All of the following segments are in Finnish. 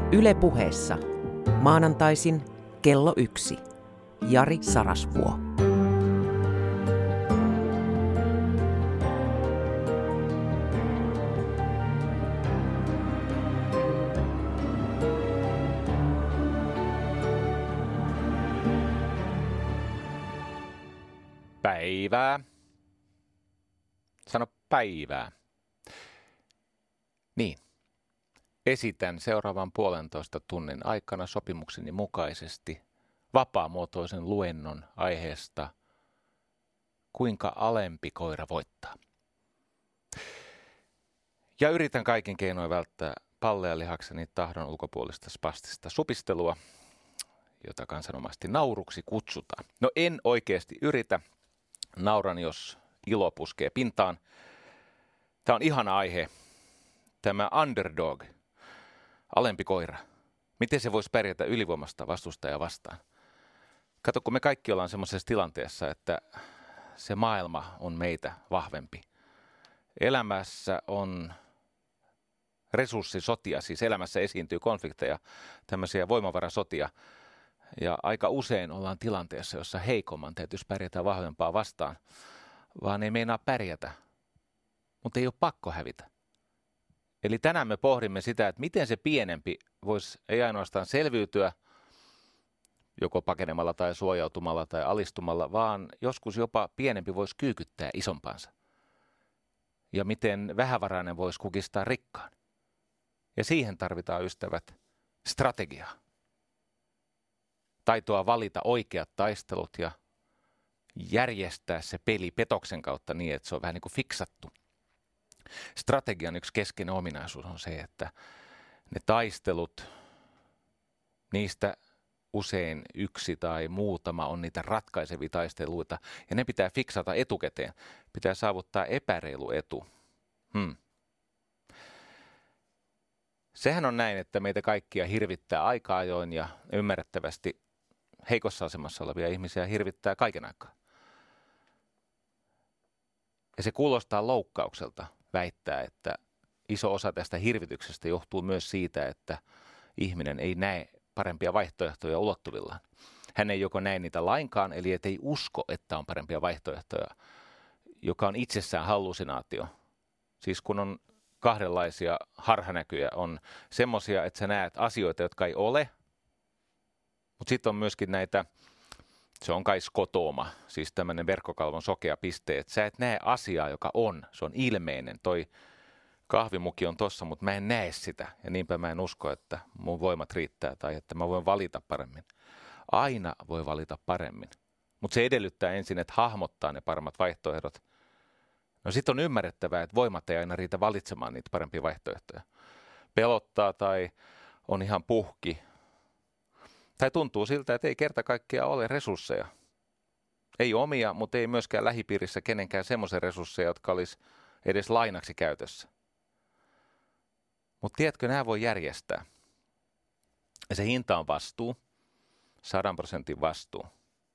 Yle Puheessa. Maanantaisin kello 1. Jari Sarasvuo. Päivää. Sano päivää. Niin. Esitän seuraavan 1,5 tunnin aikana sopimukseni mukaisesti vapaamuotoisen luennon aiheesta kuinka alempi koira voittaa. Ja yritän kaikin keinoin välttää pallealihakseni tahdon ulkopuolista spastista supistelua, jota kansanomaisesti nauruksi kutsutaan. No en oikeasti yritä. Nauran, jos ilo puskee pintaan. Tämä on ihana aihe. Tämä underdog, alempi koira. Miten se voisi pärjätä ylivoimasta vastustajaa vastaan? Kato, kun me kaikki ollaan semmoisessa tilanteessa, että se maailma on meitä vahvempi. Elämässä on resurssisotia, siis elämässä esiintyy konflikteja, tämmöisiä voimavarasotia. Ja aika usein ollaan tilanteessa, jossa heikomman täytyisi pärjätä vahvempaa vastaan, vaan ei meinaa pärjätä, mutta ei ole pakko hävitä. Eli tänään me pohdimme sitä, että miten se pienempi voisi ei ainoastaan selviytyä, joko pakenemalla tai suojautumalla tai alistumalla, vaan joskus jopa pienempi voisi kyykyttää isompansa. Ja miten vähävarainen voisi kukistaa rikkaan. Ja siihen tarvitaan, ystävät, strategiaa. Taitoa valita oikeat taistelut ja järjestää se peli petoksen kautta niin, että se on vähän niin kuin fiksattu. Strategian yksi keskeinen ominaisuus on se, että ne taistelut, niistä usein yksi tai muutama on niitä ratkaisevia taisteluita, ja ne pitää fiksata etukäteen. Pitää saavuttaa epäreilu etu. Sehän on näin, että meitä kaikkia hirvittää aika ajoin ja ymmärrettävästi heikossa asemassa olevia ihmisiä hirvittää kaiken aikaa. Ja se kuulostaa loukkaukselta väittää, että iso osa tästä hirvityksestä johtuu myös siitä, että ihminen ei näe parempia vaihtoehtoja ulottuvillaan. Hän ei joko näe niitä lainkaan, eli ei usko, että on parempia vaihtoehtoja, joka on itsessään hallusinaatio. Siis kun on kahdenlaisia harhanäkyjä, on semmoisia, että sä näet asioita, jotka ei ole, mutta sitten on myöskin näitä, se on kai skotooma, siis tämmöinen verkkokalvon sokea piste, että sä et näe asiaa, joka on, se on ilmeinen. Toi kahvimuki on tossa, mutta mä en näe sitä ja niinpä mä en usko, että mun voimat riittää tai että mä voin valita paremmin. Aina voi valita paremmin, mutta se edellyttää ensin, että hahmottaa ne paremmat vaihtoehdot. No sitten on ymmärrettävää, että voimat ei aina riitä valitsemaan niitä parempia vaihtoehtoja. Pelottaa tai on ihan puhki. Tai tuntuu siltä, että ei kerta kaikkiaan ole resursseja. Ei omia, mutta ei myöskään lähipiirissä kenenkään semmoisia resursseja, jotka olisi edes lainaksi käytössä. Mutta tiedätkö, nämä voi järjestää. Ja se hinta on vastuu, 100% vastuu.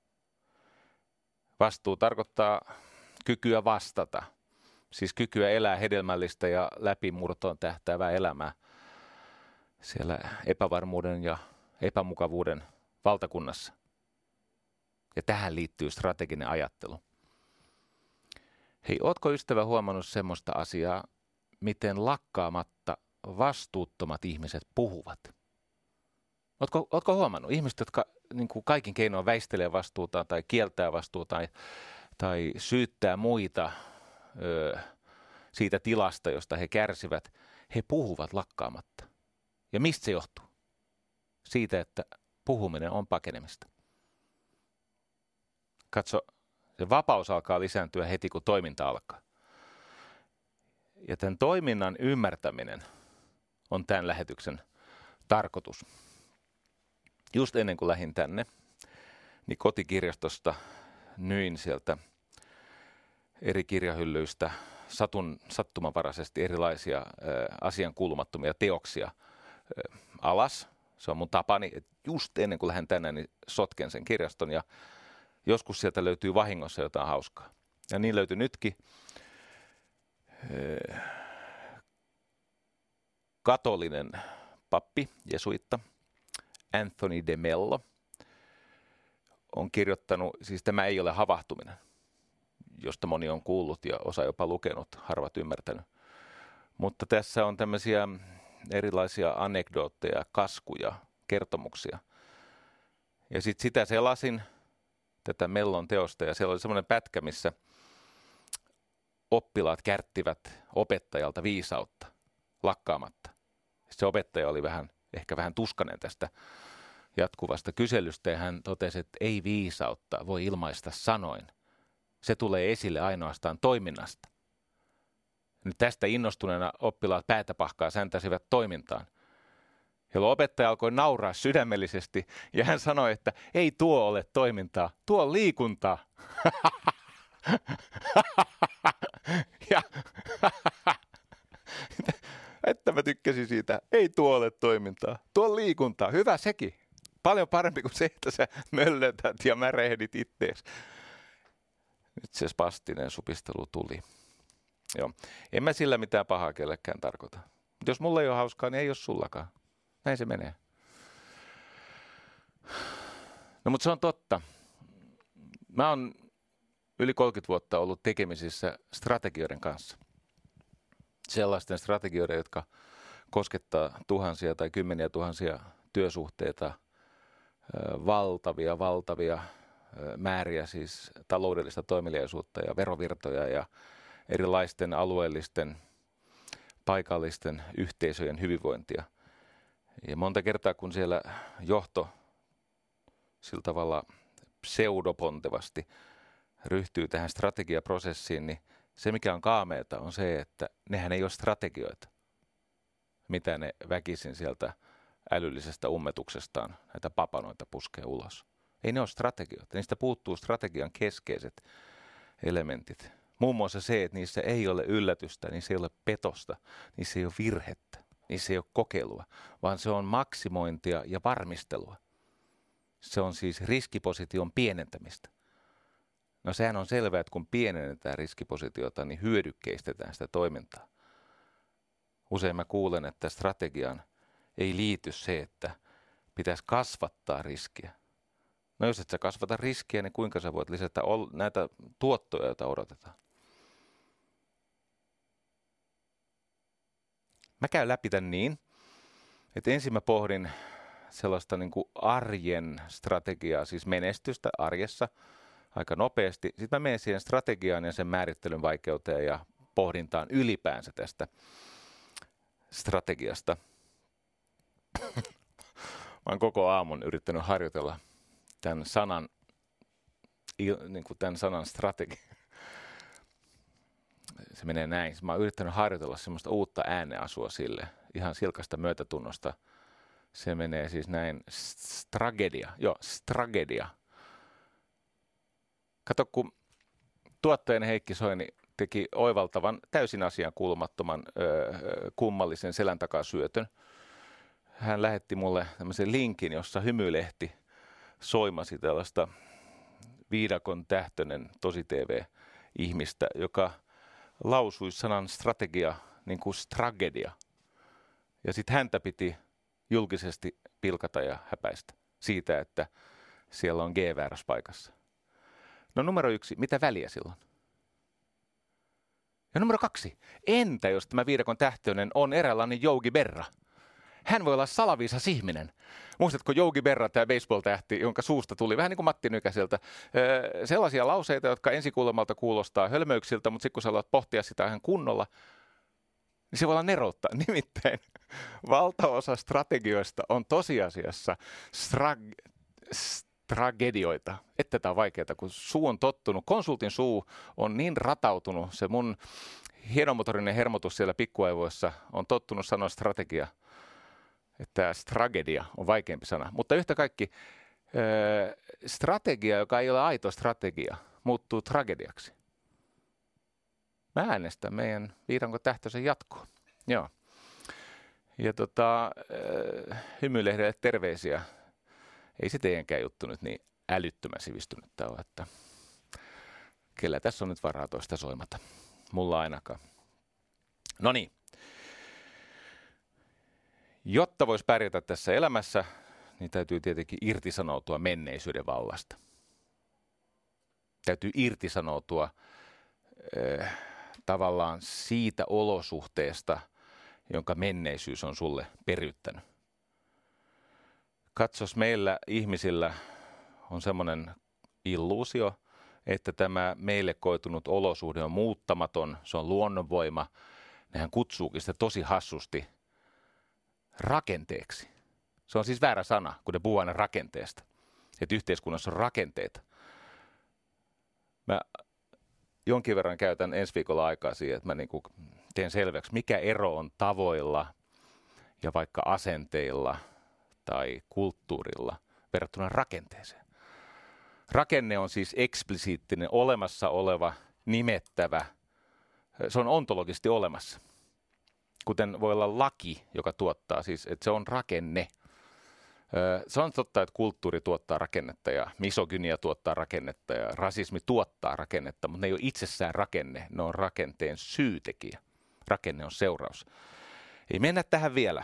Vastuu tarkoittaa kykyä vastata. Siis kykyä elää hedelmällistä ja läpimurtoon tähtäävää elämää siellä epävarmuuden ja epämukavuuden valtakunnassa. Ja tähän liittyy strateginen ajattelu. Hei, ootko ystävä huomannut semmoista asiaa, miten lakkaamatta vastuuttomat ihmiset puhuvat? Ootko huomannut? Ihmiset, jotka niin kuin kaikin keinoin väistelee vastuutaan tai kieltää vastuutaan tai syyttää muita siitä tilasta, josta he kärsivät, he puhuvat lakkaamatta. Ja mistä se johtuu? Siitä, että puhuminen on pakenemista. Katso, se vapaus alkaa lisääntyä heti, kun toiminta alkaa. Ja tämän toiminnan ymmärtäminen on tämän lähetyksen tarkoitus. Just ennen kuin lähdin tänne, niin kotikirjastosta nyin sieltä eri kirjahyllyistä sattumanvaraisesti erilaisia asian kuulumattomia teoksia alas. Se on mun tapani, että just ennen kuin lähden tänne, niin sotken sen kirjaston ja joskus sieltä löytyy vahingossa jotain hauskaa. Ja niin löytyi nytkin. Katolinen pappi, jesuitta, Anthony de Mello, on kirjoittanut, siis tämä ei ole havahtuminen, josta moni on kuullut ja osa jopa lukenut, harvat ymmärtänyt. Mutta tässä on tämmöisiä erilaisia anekdootteja, kaskuja, kertomuksia. Ja sitten sitä selasin, tätä Mellon teosta, ja siellä oli semmoinen pätkä, missä oppilaat kärttivät opettajalta viisautta lakkaamatta. Se opettaja oli ehkä vähän tuskainen tästä jatkuvasta kyselystä, ja hän totesi, että ei viisautta voi ilmaista sanoin. Se tulee esille ainoastaan toiminnasta. Nyt tästä innostuneena oppilaat päätä pahkaa säntäsivät toimintaan. Jolloin opettaja alkoi nauraa sydämellisesti, ja hän sanoi, että ei tuo ole toimintaa, tuo on liikuntaa. Ja että mä tykkäsin siitä, ei tuo ole toimintaa, tuo on liikuntaa, hyvä sekin. Paljon parempi kuin se, että sä möllötät ja märehdit ittees. Nyt se spastinen supistelu tuli. Joo. En mä sillä mitään pahaa kellekään tarkoita. Mutta jos mulla ei ole hauskaa, niin ei ole sullakaan. Näin se menee. No mutta se on totta. Mä oon yli 30 vuotta ollut tekemisissä strategioiden kanssa. Sellaisten strategioiden, jotka koskettaa tuhansia tai kymmeniä tuhansia työsuhteita, valtavia määriä siis taloudellista toimeliaisuutta ja verovirtoja ja erilaisten alueellisten, paikallisten yhteisöjen hyvinvointia. Ja monta kertaa, kun siellä johto sillä tavalla pseudopontevasti ryhtyy tähän strategiaprosessiin, niin se, mikä on kaameeta, on se, että nehän ei ole strategioita, mitä ne väkisin sieltä älyllisestä ummetuksestaan näitä papanoita puskee ulos. Ei ne ole strategioita. Niistä puuttuu strategian keskeiset elementit. Muun muassa se, että niissä ei ole yllätystä, niissä ei ole petosta, niissä ei ole virhettä, niissä ei ole kokeilua, vaan se on maksimointia ja varmistelua. Se on siis riskiposition pienentämistä. No sehän on selvää, että kun pienennetään riskipositiota, niin hyödykkeistetään sitä toimintaa. Usein mä kuulen, että strategiaan ei liity se, että pitäisi kasvattaa riskiä. No jos et sä kasvata riskiä, niin kuinka sä voit lisätä näitä tuottoja, joita odotetaan? Mä käyn läpi tämän niin, että ensin mä pohdin sellaista niin kuin arjen strategiaa, siis menestystä arjessa aika nopeasti. Sitten mä menen siihen strategiaan ja sen määrittelyn vaikeuteen ja pohdintaan ylipäänsä tästä strategiasta. Mä oon koko aamun yrittänyt harjoitella tämän sanan strategia. Se menee näin. Mä oon yrittänyt harjoitella semmoista uutta ääneasua sille, ihan silkasta myötätunnosta. Se menee siis näin, stragedia. Kato, kun tuottajana Heikki Soini teki oivaltavan, täysin asiaan kuulumattoman kummallisen selän takaa syötön. Hän lähetti mulle tämmöisen linkin, jossa Hymylehti soimasi tällaista viidakon tähtöinen tosi-TV-ihmistä, joka lausui sanan strategia niin kuin stragedia. Ja sitten häntä piti julkisesti pilkata ja häpäistä siitä, että siellä on G väärässä paikassa. No numero 1, mitä väliä silloin? Ja numero 2, entä jos tämä viidakon tähtöinen on eräänlainen Yogi Berra? Hän voi olla salaviisas ihminen. Muistatko Yogi Berra, tämä baseball-tähti, jonka suusta tuli vähän niin kuin Matti Nykäseltä, sellaisia lauseita, jotka ensikuulemalta kuulostaa hölmöyksiltä, mutta sitten kun sä alat pohtia sitä ihan kunnolla, niin se voi olla neroutta. Nimittäin valtaosa strategioista on tosiasiassa tragedioita. Että tämä on vaikeaa, kun suu on tottunut. Konsultin suu on niin ratautunut, se mun hienomotorinen hermotus siellä pikkuaivoissa on tottunut sanoa strategia, että stragedia on vaikeampi sana. Mutta yhtä kaikki strategia, joka ei ole aito strategia, muuttuu tragediaksi. Mä äänestän meidän viidakon tähtöisen jatkoa. Joo. Ja Hymylehdelle terveisiä. Ei se teidänkään juttu nyt niin älyttömän sivistynyttä ole, että kellä tässä on nyt varaa toista soimata. Mulla ainakaan. No niin. Jotta voisi pärjätä tässä elämässä, niin täytyy tietenkin irtisanoutua menneisyyden vallasta. Täytyy irtisanoutua tavallaan siitä olosuhteesta, jonka menneisyys on sulle peryttänyt. Katsos, meillä ihmisillä on semmoinen illuusio, että tämä meille koitunut olosuhde on muuttamaton, se on luonnonvoima. Nehän kutsuukin sitä tosi hassusti rakenteeksi. Se on siis väärä sana, kun ne puhuu aina rakenteesta. Että yhteiskunnassa on rakenteita. Mä jonkin verran käytän ensi viikolla aikaa siihen, että mä niinku teen selväksi, mikä ero on tavoilla ja vaikka asenteilla tai kulttuurilla verrattuna rakenteeseen. Rakenne on siis eksplisiittinen, olemassa oleva, nimettävä. Se on ontologisesti olemassa. Kuten voi olla laki, joka tuottaa siis, että se on rakenne. Se on totta, että kulttuuri tuottaa rakennetta ja misogynia tuottaa rakennetta ja rasismi tuottaa rakennetta, mutta ne ei ole itsessään rakenne, ne on rakenteen syytekijä. Rakenne on seuraus. Ei mennä tähän vielä.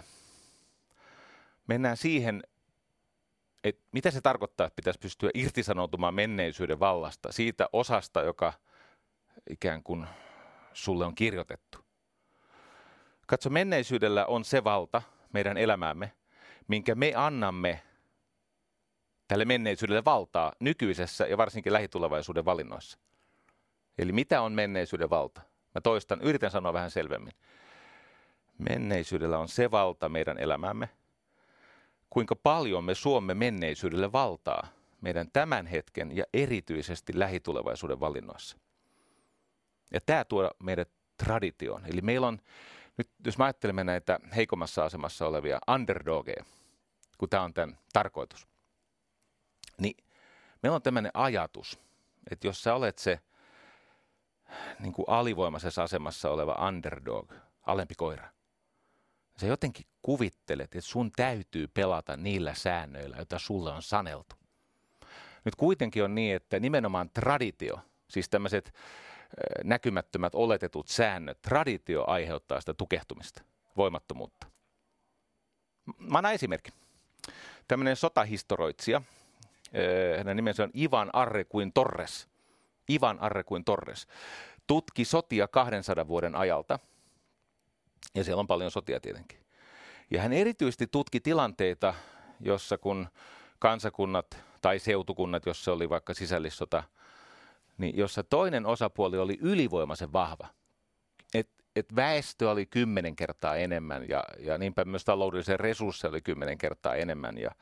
Mennään siihen, että mitä se tarkoittaa, että pitäisi pystyä irtisanoutumaan menneisyyden vallasta, siitä osasta, joka ikään kuin sulle on kirjoitettu. Katso, menneisyydellä on se valta meidän elämäämme, minkä me annamme tälle menneisyydelle valtaa nykyisessä ja varsinkin lähitulevaisuuden valinnoissa. Eli mitä on menneisyyden valta? Mä toistan, yritän sanoa vähän selvemmin. Menneisyydellä on se valta meidän elämäämme, kuinka paljon me suomme menneisyydelle valtaa meidän tämän hetken ja erityisesti lähitulevaisuuden valinnoissa. Ja tämä tuo meidät traditioon. Eli meillä on, nyt jos mä ajattelemme näitä heikommassa asemassa olevia underdogeja, kun tämä on tämän tarkoitus, niin meillä on tämmöinen ajatus, että jos sä olet se niin kuin alivoimaisessa asemassa oleva underdog, alempi koira, sä jotenkin kuvittelet, että sun täytyy pelata niillä säännöillä, joita sulle on saneltu. Nyt kuitenkin on niin, että nimenomaan traditio, siis tämmöiset näkymättömät oletetut säännöt, traditio aiheuttaa sitä tukehtumista, voimattomuutta. Mä annan esimerkki. Tämmöinen sotahistoroitsija, hänen nimensä on Ivan Arreguin Torres. Ivan Arreguin Torres tutki sotia 200 vuoden ajalta, ja siellä on paljon sotia tietenkin. Ja hän erityisesti tutki tilanteita, jossa kun kansakunnat tai seutukunnat, jossa oli vaikka sisällissota, niin jossa toinen osapuoli oli ylivoimaisen vahva. Et väestö oli 10 kertaa enemmän ja niinpä myös taloudellisia resursseja oli 10 kertaa enemmän. Ja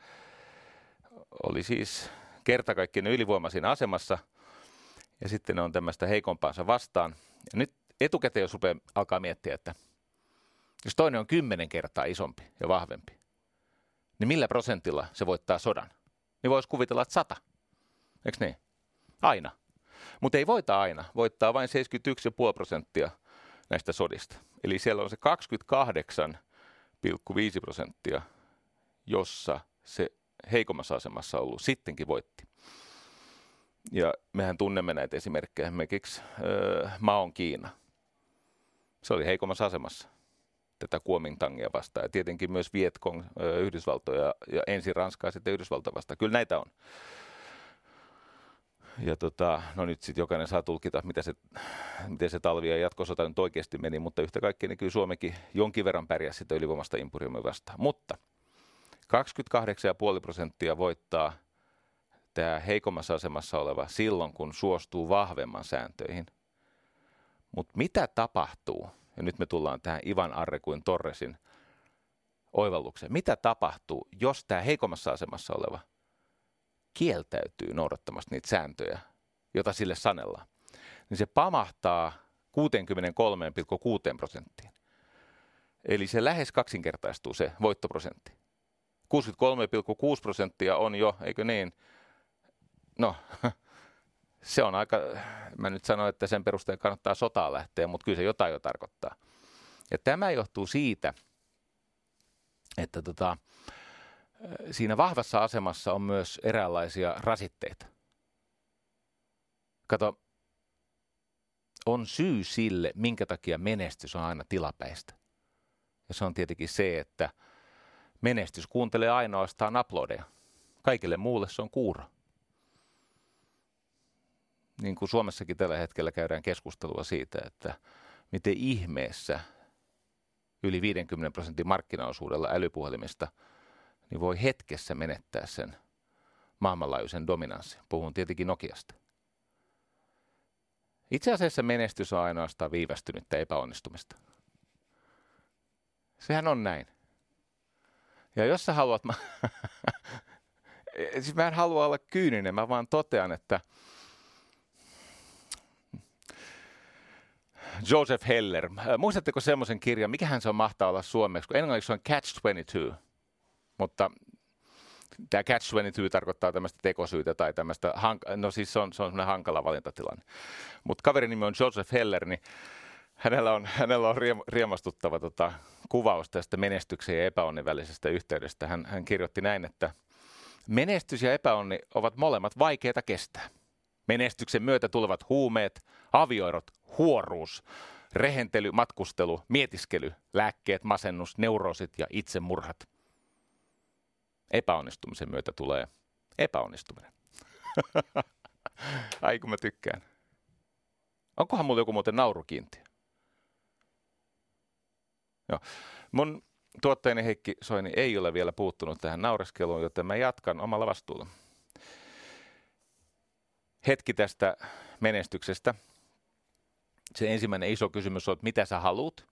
oli siis kertakaikkinen ylivoimaisin asemassa ja sitten ne on tämmöistä heikompaansa vastaan. Ja nyt etukäteen jos alkaa miettiä, että jos toinen on 10 kertaa isompi ja vahvempi, niin millä prosentilla se voittaa sodan? Niin voisi kuvitella, että 100. Eikö niin? Aina. Mutta ei voita aina. Voittaa vain 71,5% näistä sodista. Eli siellä on se 28,5%, jossa se heikommassa asemassa ollut sittenkin voitti. Ja mehän tunnemme näitä esimerkkejä. Esimerkiksi Maon Kiina. Se oli heikommassa asemassa tätä Kuomintangia vastaan. Ja tietenkin myös Vietcong Yhdysvaltoja ja ensin Ranskaa sitten Yhdysvaltoja vastaan. Kyllä näitä on. Ja no nyt sitten jokainen saa tulkita, miten se talvi ja jatkosota nyt oikeasti meni, mutta yhtä kaikkea niin kyllä Suomikin jonkin verran pärjäsi sitä ylivoimasta imperiumia vastaan. Mutta 28,5% voittaa tämä heikommassa asemassa oleva silloin, kun suostuu vahvemman sääntöihin. Mutta mitä tapahtuu, ja nyt me tullaan tähän Ivan Arreguin Torresin oivallukseen, mitä tapahtuu, jos tämä heikommassa asemassa oleva kieltäytyy noudattamasta niitä sääntöjä, joita sille sanellaan, niin se pamahtaa 63,6%. Eli se lähes kaksinkertaistuu se voittoprosentti. 63,6% on jo, eikö niin? No, se on aika, mä nyt sanon, että sen perusteella kannattaa sotaan lähteä, mutta kyllä se jotain jo tarkoittaa. Ja tämä johtuu siitä, että siinä vahvassa asemassa on myös eräänlaisia rasitteita. Kato, on syy sille, minkä takia menestys on aina tilapäistä. Ja se on tietenkin se, että Menestys kuuntelee ainoastaan aplodeja. Kaikille muulle se on kuuro. Niin kuin Suomessakin tällä hetkellä käydään keskustelua siitä, että miten ihmeessä yli 50% markkinaosuudella älypuhelimista niin voi hetkessä menettää sen maailmanlaajuisen dominanssin. Puhun tietenkin Nokiasta. Itse asiassa menestys on ainoastaan viivästynyttä epäonnistumista. Sehän on näin. Ja jos sä haluat, siis mä en halua olla kyyninen, mä vaan totean, että Joseph Heller, muistatteko semmoisen kirjan, mikähän se on mahtaa olla suomeksi, kun englanniksi on Catch-22, mutta tämä Catch-22 tarkoittaa tämmöistä tekosyytä tai tämmöistä, no siis se on semmoinen hankala valintatilanne. Mutta kaverin nimi on Joseph Heller, niin hänellä on riemastuttava kuvaus tästä menestyksen ja epäonnin välisestä yhteydestä. Hän kirjoitti näin, että menestys ja epäonni ovat molemmat vaikeita kestää. Menestyksen myötä tulevat huumeet, avioerot, huoruus, rehentely, matkustelu, mietiskely, lääkkeet, masennus, neuroosit ja itsemurhat. Epäonnistumisen myötä tulee epäonnistuminen. Ai kun mä tykkään. Onkohan mulla joku muuten naurukiintiö? Joo. Mun tuottajani Heikki Soini ei ole vielä puuttunut tähän naureskeluun, joten mä jatkan omalla vastuulla. Hetki tästä menestyksestä. Se ensimmäinen iso kysymys on, että mitä sä haluut?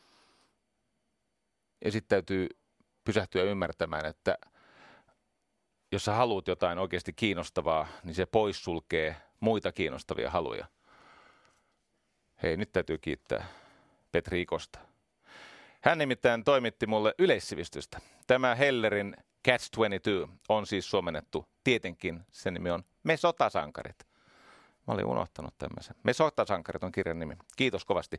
Ja sitten täytyy pysähtyä ymmärtämään, että jos sä haluut jotain oikeasti kiinnostavaa, niin se poissulkee muita kiinnostavia haluja. Hei, nyt täytyy kiittää Petri Ikosta. Hän nimittäin toimitti mulle yleissivistystä. Tämä Hellerin Catch-22 on siis suomennettu. Tietenkin sen nimi on Me sotasankarit. Mä olin unohtanut tämmöisen. Me sotasankarit on kirjan nimi. Kiitos kovasti.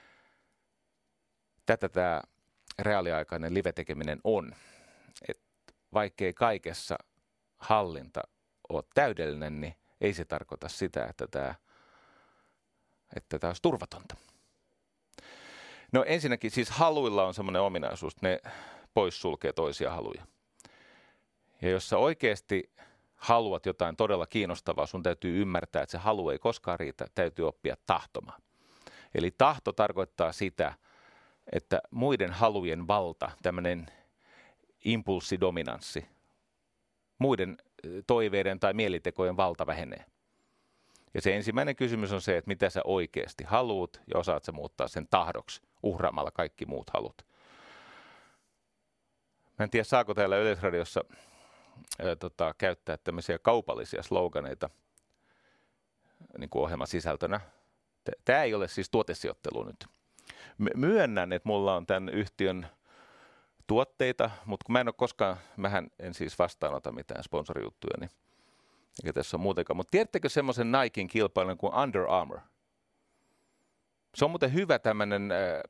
Tätä tämä reaaliaikainen live-tekeminen on. Et vaikkei kaikessa hallinta ole täydellinen, niin ei se tarkoita sitä, että tämä olisi turvatonta. No ensinnäkin siis haluilla on semmoinen ominaisuus, että ne poissulkee toisia haluja. Ja jos sä oikeasti haluat jotain todella kiinnostavaa, sun täytyy ymmärtää, että se halu ei koskaan riitä, täytyy oppia tahtomaan. Eli tahto tarkoittaa sitä, että muiden halujen valta, tämmöinen impulssidominanssi, muiden toiveiden tai mielitekojen valta vähenee. Ja se ensimmäinen kysymys on se, että mitä sä oikeasti haluut ja osaat sä muuttaa sen tahdoksi uhraamalla kaikki muut halut. Mä en tiedä, saako täällä Yleisradiossa käyttää tämmöisiä kaupallisia sloganeita niin kuin ohjelmasisältönä. Tämä ei ole siis tuotesijoittelu nyt. Myönnän, että mulla on tämän yhtiön tuotteita, mutta kun mähän en siis vastaanota mitään sponsorijuttuja, niin eikä tässä ole muutenkaan. Mutta tiedättekö semmoisen Niken kilpailun kuin Under Armour? Se on muuten hyvä tämmöinen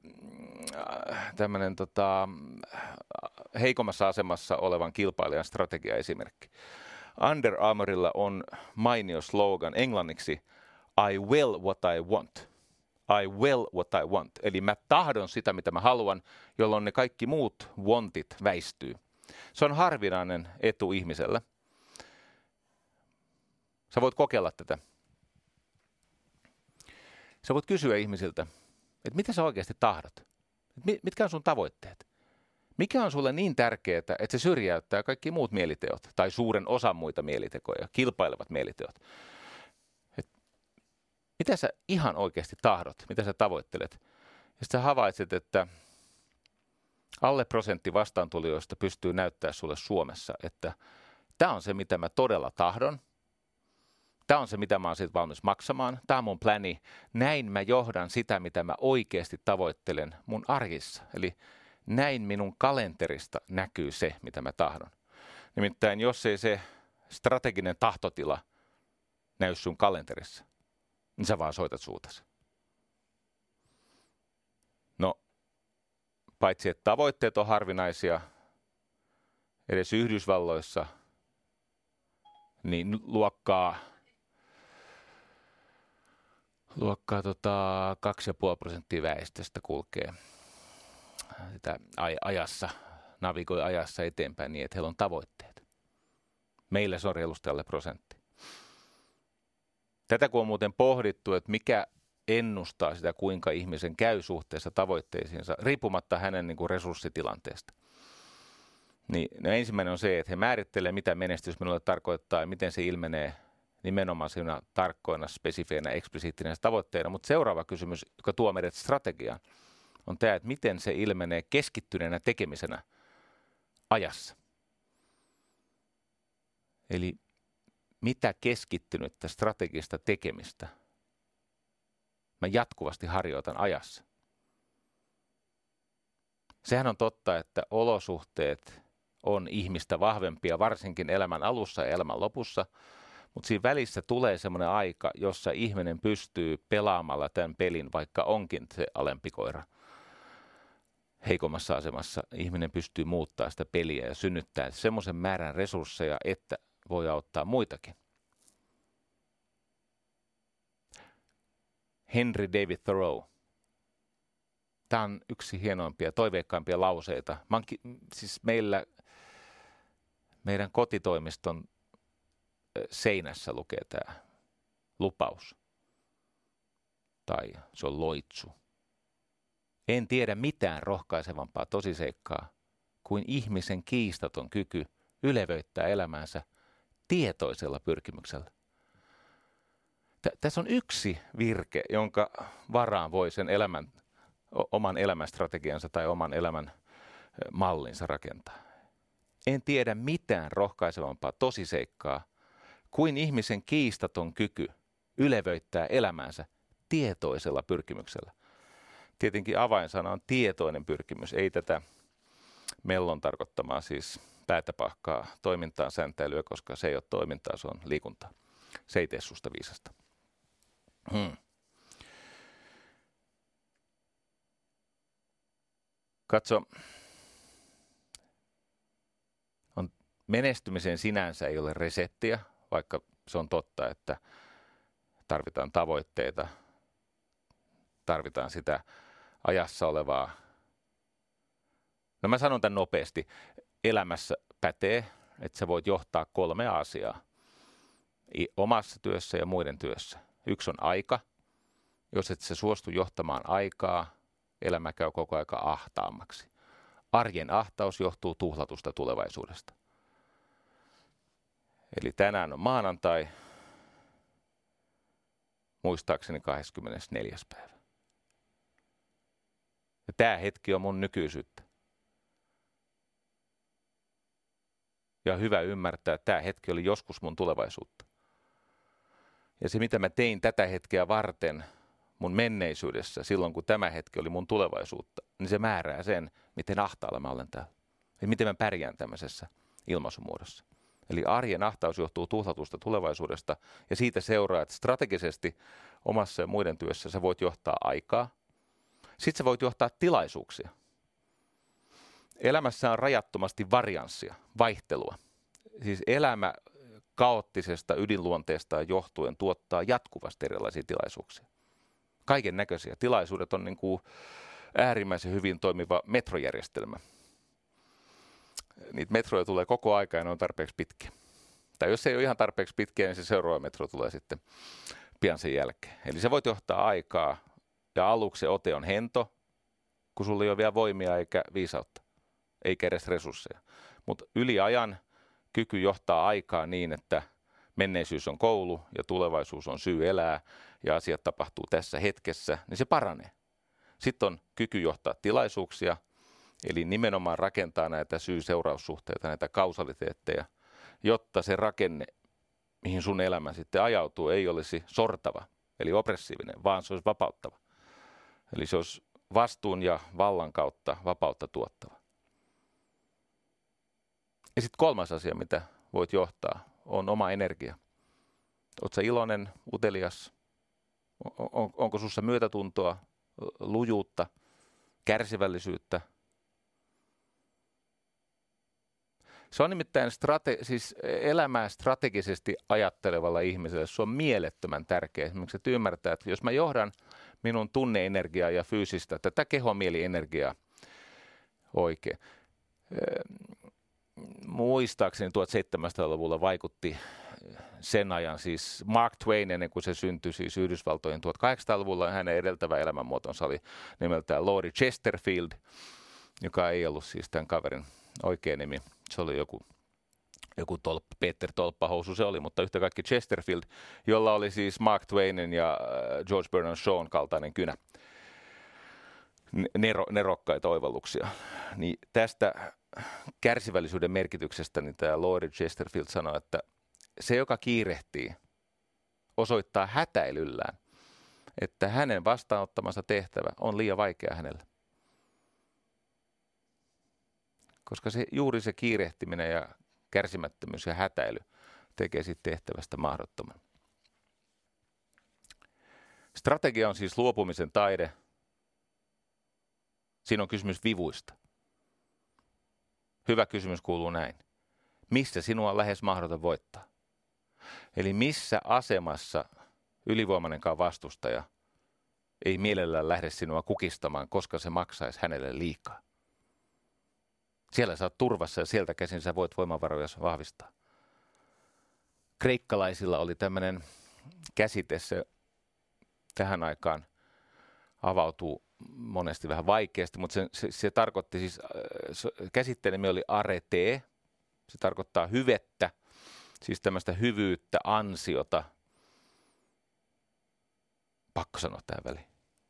heikommassa asemassa olevan kilpailijan strategiaesimerkki. Under Armourilla on mainio slogan englanniksi I will what I want. I will what I want. Eli mä tahdon sitä, mitä mä haluan, jolloin ne kaikki muut wantit väistyy. Se on harvinainen etu ihmisellä. Sä voit kokeilla tätä. Sä voit kysyä ihmisiltä, että mitä sä oikeasti tahdot? Mitkä on sun tavoitteet? Mikä on sulle niin tärkeää, että se syrjäyttää kaikki muut mieliteot tai suuren osan muita mielitekoja, kilpailevat mieliteot? Mitä sä ihan oikeasti tahdot? Mitä sä tavoittelet? Ja sitten sä havaitset, että alle prosentti vastaantulijoista pystyy näyttää sulle Suomessa, että tämä on se, mitä mä todella tahdon. Tämä on se, mitä mä oon siitä valmis maksamaan. Tämä on mun pläni. Näin mä johdan sitä, mitä mä oikeasti tavoittelen mun arjissa. Eli näin minun kalenterista näkyy se, mitä mä tahdon. Nimittäin jos ei se strateginen tahtotila näy sun kalenterissa, niin sä vaan soitat suutas. No, paitsi että tavoitteet on harvinaisia, edes Yhdysvalloissa, niin luokkaa 2,5% väestöstä kulkee sitä ajassa navigoi ajassa eteenpäin niin, että heillä on tavoitteet. Meillä se on reilusti alle 1%. Tätä kun on muuten pohdittu, että mikä ennustaa sitä, kuinka ihmisen käy suhteessa tavoitteisiinsa, riippumatta hänen niin kuin resurssitilanteesta. Niin, no ensimmäinen on se, että he määrittelee, mitä menestys minulle tarkoittaa ja miten se ilmenee nimenomaan siinä tarkkoina, spesifeinä, eksplisiittinä tavoitteina. Mutta seuraava kysymys, joka tuo meidät strategiaan, on tämä, että miten se ilmenee keskittyneenä tekemisenä ajassa. Eli mitä keskittynyttä strategista tekemistä mä jatkuvasti harjoitan ajassa. Sehän on totta, että olosuhteet on ihmistä vahvempia, varsinkin elämän alussa ja elämän lopussa, mutta siinä välissä tulee semmoinen aika, jossa ihminen pystyy pelaamalla tämän pelin, vaikka onkin se alempi koira heikommassa asemassa. Ihminen pystyy muuttamaan sitä peliä ja synnyttää semmoisen määrän resursseja, että voi auttaa muitakin. Henry David Thoreau. Tämä on yksi hienoimpia, toiveikkaimpia lauseita. Siis meidän kotitoimiston seinässä lukee tämä lupaus. Tai se on loitsu. En tiedä mitään rohkaisevampaa tosiseikkaa kuin ihmisen kiistaton kyky ylevöittää elämäänsä tietoisella pyrkimyksellä. Tässä on yksi virke, jonka varaan voi sen oman elämänstrategiansa tai oman elämän mallinsa rakentaa. En tiedä mitään rohkaisevampaa tosiseikkaa kuin ihmisen kiistaton kyky ylevöittää elämäänsä tietoisella pyrkimyksellä. Tietenkin avainsana on tietoinen pyrkimys, ei tätä Mellon tarkoittamaa siis päätä pahkaa toimintaan sääntäilyä, koska se ei ole toimintaa, se on liikuntaa. Se ei tee susta viisasta. Katso, menestymisen sinänsä ei ole resettiä, vaikka se on totta, että tarvitaan tavoitteita, tarvitaan sitä ajassa olevaa. No mä sanon tämän nopeasti. Elämässä pätee, että sä voit johtaa 3 asiaa. Omassa työssä ja muiden työssä. Yksi on aika. Jos et sä suostu johtamaan aikaa, elämä käy koko aika ahtaammaksi. Arjen ahtaus johtuu tuhlatusta tulevaisuudesta. Eli tänään on maanantai, muistaakseni 24. päivä. Ja tämä hetki on mun nykyisyyttä. Ja hyvä ymmärtää, että tämä hetki oli joskus mun tulevaisuutta. Ja se, mitä mä tein tätä hetkeä varten mun menneisyydessä, silloin kun tämä hetki oli mun tulevaisuutta, niin se määrää sen, miten ahtaalla mä olen täällä. Ja miten mä pärjään tämmöisessä ilmaisumuodossa. Eli arjen ahtaus johtuu tuhlatusta tulevaisuudesta, ja siitä seuraa, että strategisesti omassa ja muiden työssä sä voit johtaa aikaa. Sitten sä voit johtaa tilaisuuksia. Elämässä on rajattomasti varianssia, vaihtelua. Siis elämä kaoottisesta ydinluonteestaan johtuen tuottaa jatkuvasti erilaisia tilaisuuksia. Kaiken näköisiä. Tilaisuudet on niin kuin äärimmäisen hyvin toimiva metrojärjestelmä. Niitä metroja tulee koko aika ja ne on tarpeeksi pitkiä. Tai jos se ei ole ihan tarpeeksi pitkiä, niin se seuraava metro tulee sitten pian sen jälkeen. Eli sä voit johtaa aikaa ja aluksi se ote on hento, kun sulla ei ole vielä voimia eikä viisautta, eikä edes resursseja. Mutta yli ajan kyky johtaa aikaa niin, että menneisyys on koulu ja tulevaisuus on syy elää ja asiat tapahtuu tässä hetkessä, niin se paranee. Sitten on kyky johtaa tilaisuuksia, eli nimenomaan rakentaa näitä syy-seuraussuhteita, näitä kausaliteetteja, jotta se rakenne, mihin sun elämä sitten ajautuu, ei olisi sortava, eli oppressiivinen, vaan se olisi vapauttava. Eli se olisi vastuun ja vallan kautta vapautta tuottava. Ja sitten 3. asia, mitä voit johtaa, on oma energia. Oletko sä iloinen, utelias? Onko sussa myötätuntoa, lujuutta, kärsivällisyyttä? Se on nimittäin siis elämää strategisesti ajattelevalla ihmisellä. Se on mielettömän tärkeää. Esimerkiksi että ymmärtää, että jos mä johdan minun tunneenergiaa ja fyysistä, tätä keho-mieli-energiaa oikein. muistaakseni 1700-luvulla vaikutti sen ajan, siis Mark Twain ennen kuin se syntyi siis Yhdysvaltojen 1800-luvulla, hänen edeltävä elämänmuotonsa oli nimeltään Lord Chesterfield, joka ei ollut siis tämän kaverin oikea nimi. Se oli joku Peter Tolppahousu se oli, mutta yhtä kaikki Chesterfield, jolla oli siis Mark Twainin ja George Bernard Shawn kaltainen kynä. Nerokkaita oivalluksia. Niin tästä kärsivällisyyden merkityksestä niin tämä Lord Chesterfield sanoi, että se, joka kiirehtii, osoittaa hätäilyllään, että hänen vastaanottamansa tehtävä on liian vaikea hänelle. Koska juuri se kiirehtiminen ja kärsimättömyys ja hätäily tekee siitä tehtävästä mahdottoman. Strategia on siis luopumisen taide. Siinä on kysymys vivuista. Hyvä kysymys kuuluu näin. Missä sinua on lähes mahdoton voittaa? Eli missä asemassa ylivoimainenkaan vastustaja ei mielellään lähde sinua kukistamaan, koska se maksaisi hänelle liikaa? Siellä sä oot turvassa ja sieltä käsin sä voit voimavaroja vahvistaa. Kreikkalaisilla oli tämmöinen käsite, se tähän aikaan avautuu monesti vähän vaikeasti, mutta se tarkoitti siis, käsitteen oli arete, se tarkoittaa hyvettä, siis tämmöistä hyvyyttä, ansiota. Pakko sanoa tähän väliin.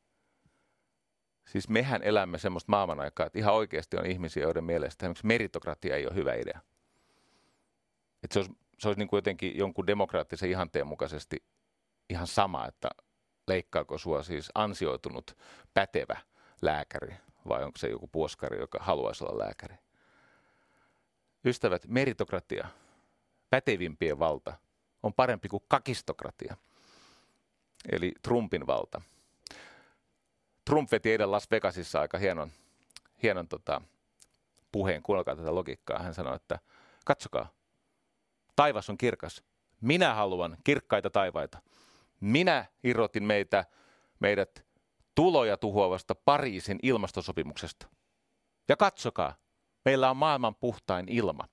Siis mehän elämme semmoista maailman aikaa, että ihan oikeasti on ihmisiä, joiden mielestä esimerkiksi meritokratia ei ole hyvä idea. Että se olisi niin kuin jotenkin jonkun demokraattisen ihanteen mukaisesti ihan sama, että leikkaako sua siis ansioitunut, pätevä lääkäri vai onko se joku puoskari, joka haluaisi olla lääkäri. Ystävät, meritokratia, pätevimpien valta, on parempi kuin kakistokratia, eli Trumpin valta. Trump veti eilen Las Vegasissa aika hienon puheen, kuunnelkaa tätä logiikkaa. Hän sanoi, että katsokaa, taivas on kirkas. Minä haluan kirkkaita taivaita. Minä irrotin meidät tuloja tuhoavasta Pariisin ilmastosopimuksesta. Ja katsokaa, meillä on maailman puhtain ilma.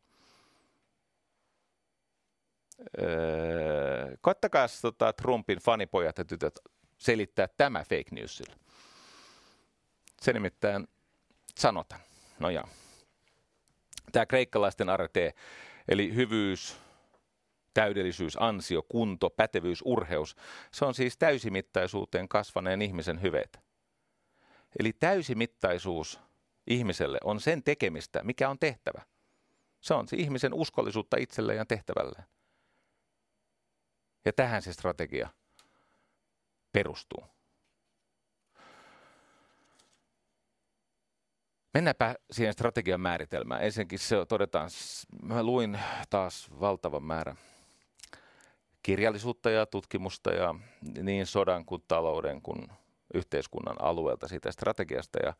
Koittakaa Trumpin fanipojat ja tytöt selittää tämä fake newsille. Se nimittäin sanotaan. No ja. Tämä kreikkalaisten arete, eli hyvyys, täydellisyys, ansio, kunto, pätevyys, urheus, se on siis täysimittaisuuteen kasvaneen ihmisen hyveet. Eli täysimittaisuus ihmiselle on sen tekemistä, mikä on tehtävä. Se on se ihmisen uskollisuutta itselleen ja tehtävälleen. Ja tähän se strategia perustuu. Mennäänpä siihen strategian määritelmään. Ensinnäkin se todetaan, mä luin taas valtavan määrän kirjallisuutta ja tutkimusta ja niin sodan kuin talouden kuin yhteiskunnan alueelta siitä strategiasta. Ja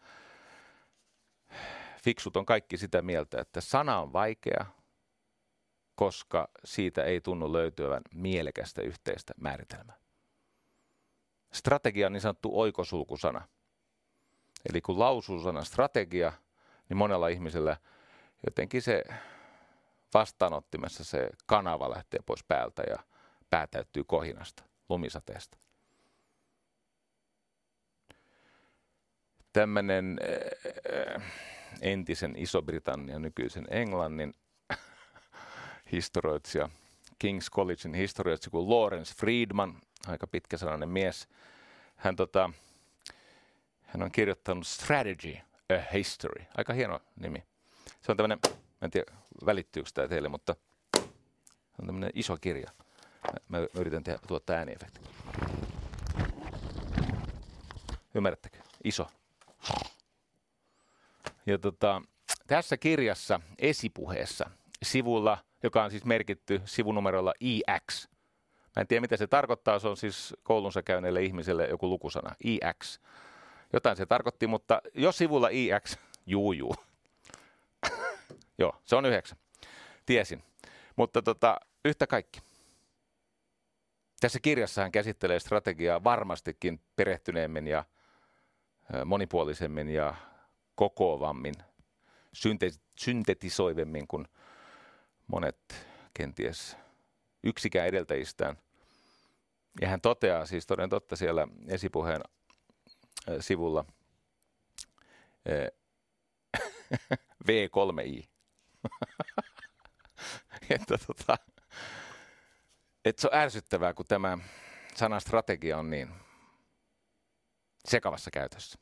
fiksut on kaikki sitä mieltä, että sana on vaikea, koska siitä ei tunnu löytyvän mielekästä yhteistä määritelmää. Strategia on niin sanottu oikosulkusana. Eli kun lausuu sanan strategia, niin monella ihmisellä jotenkin se vastaanottimessa se kanava lähtee pois päältä ja pää täyttyy kohinasta, lumisateesta. Tämmöinen entisen Iso-Britannian, nykyisen Englannin historioitsija, King's Collegein historioitsija kuin Lawrence Freedman, aika pitkäsanainen mies. Hän on kirjoittanut Strategy, a History. Aika hieno nimi. Se on tämmöinen, en tiedä välittyykö tämä teille, mutta se on tämmöinen iso kirja. Mä yritän tuottaa ääniefekti. Ymmärrättekö? Iso. Ja tässä kirjassa esipuheessa sivulla, joka on siis merkitty sivunumerolla IX. Mä en tiedä mitä se tarkoittaa, se on siis koulunsa käyneelle ihmiselle joku lukusana. IX. Jotain se tarkoitti, mutta jos sivulla IX, juu. Joo, se on 9. Tiesin. Mutta yhtä kaikki. Tässä kirjassa hän käsittelee strategiaa varmastikin perehtyneemmin ja monipuolisemmin ja kokoavammin syntetisoivemmin kuin monet kenties yksikään edeltäjistään. Ja hän toteaa siis toden totta siellä esipuheen sivulla V3I. että se on ärsyttävää, kun tämä sana strategia on niin sekavassa käytössä.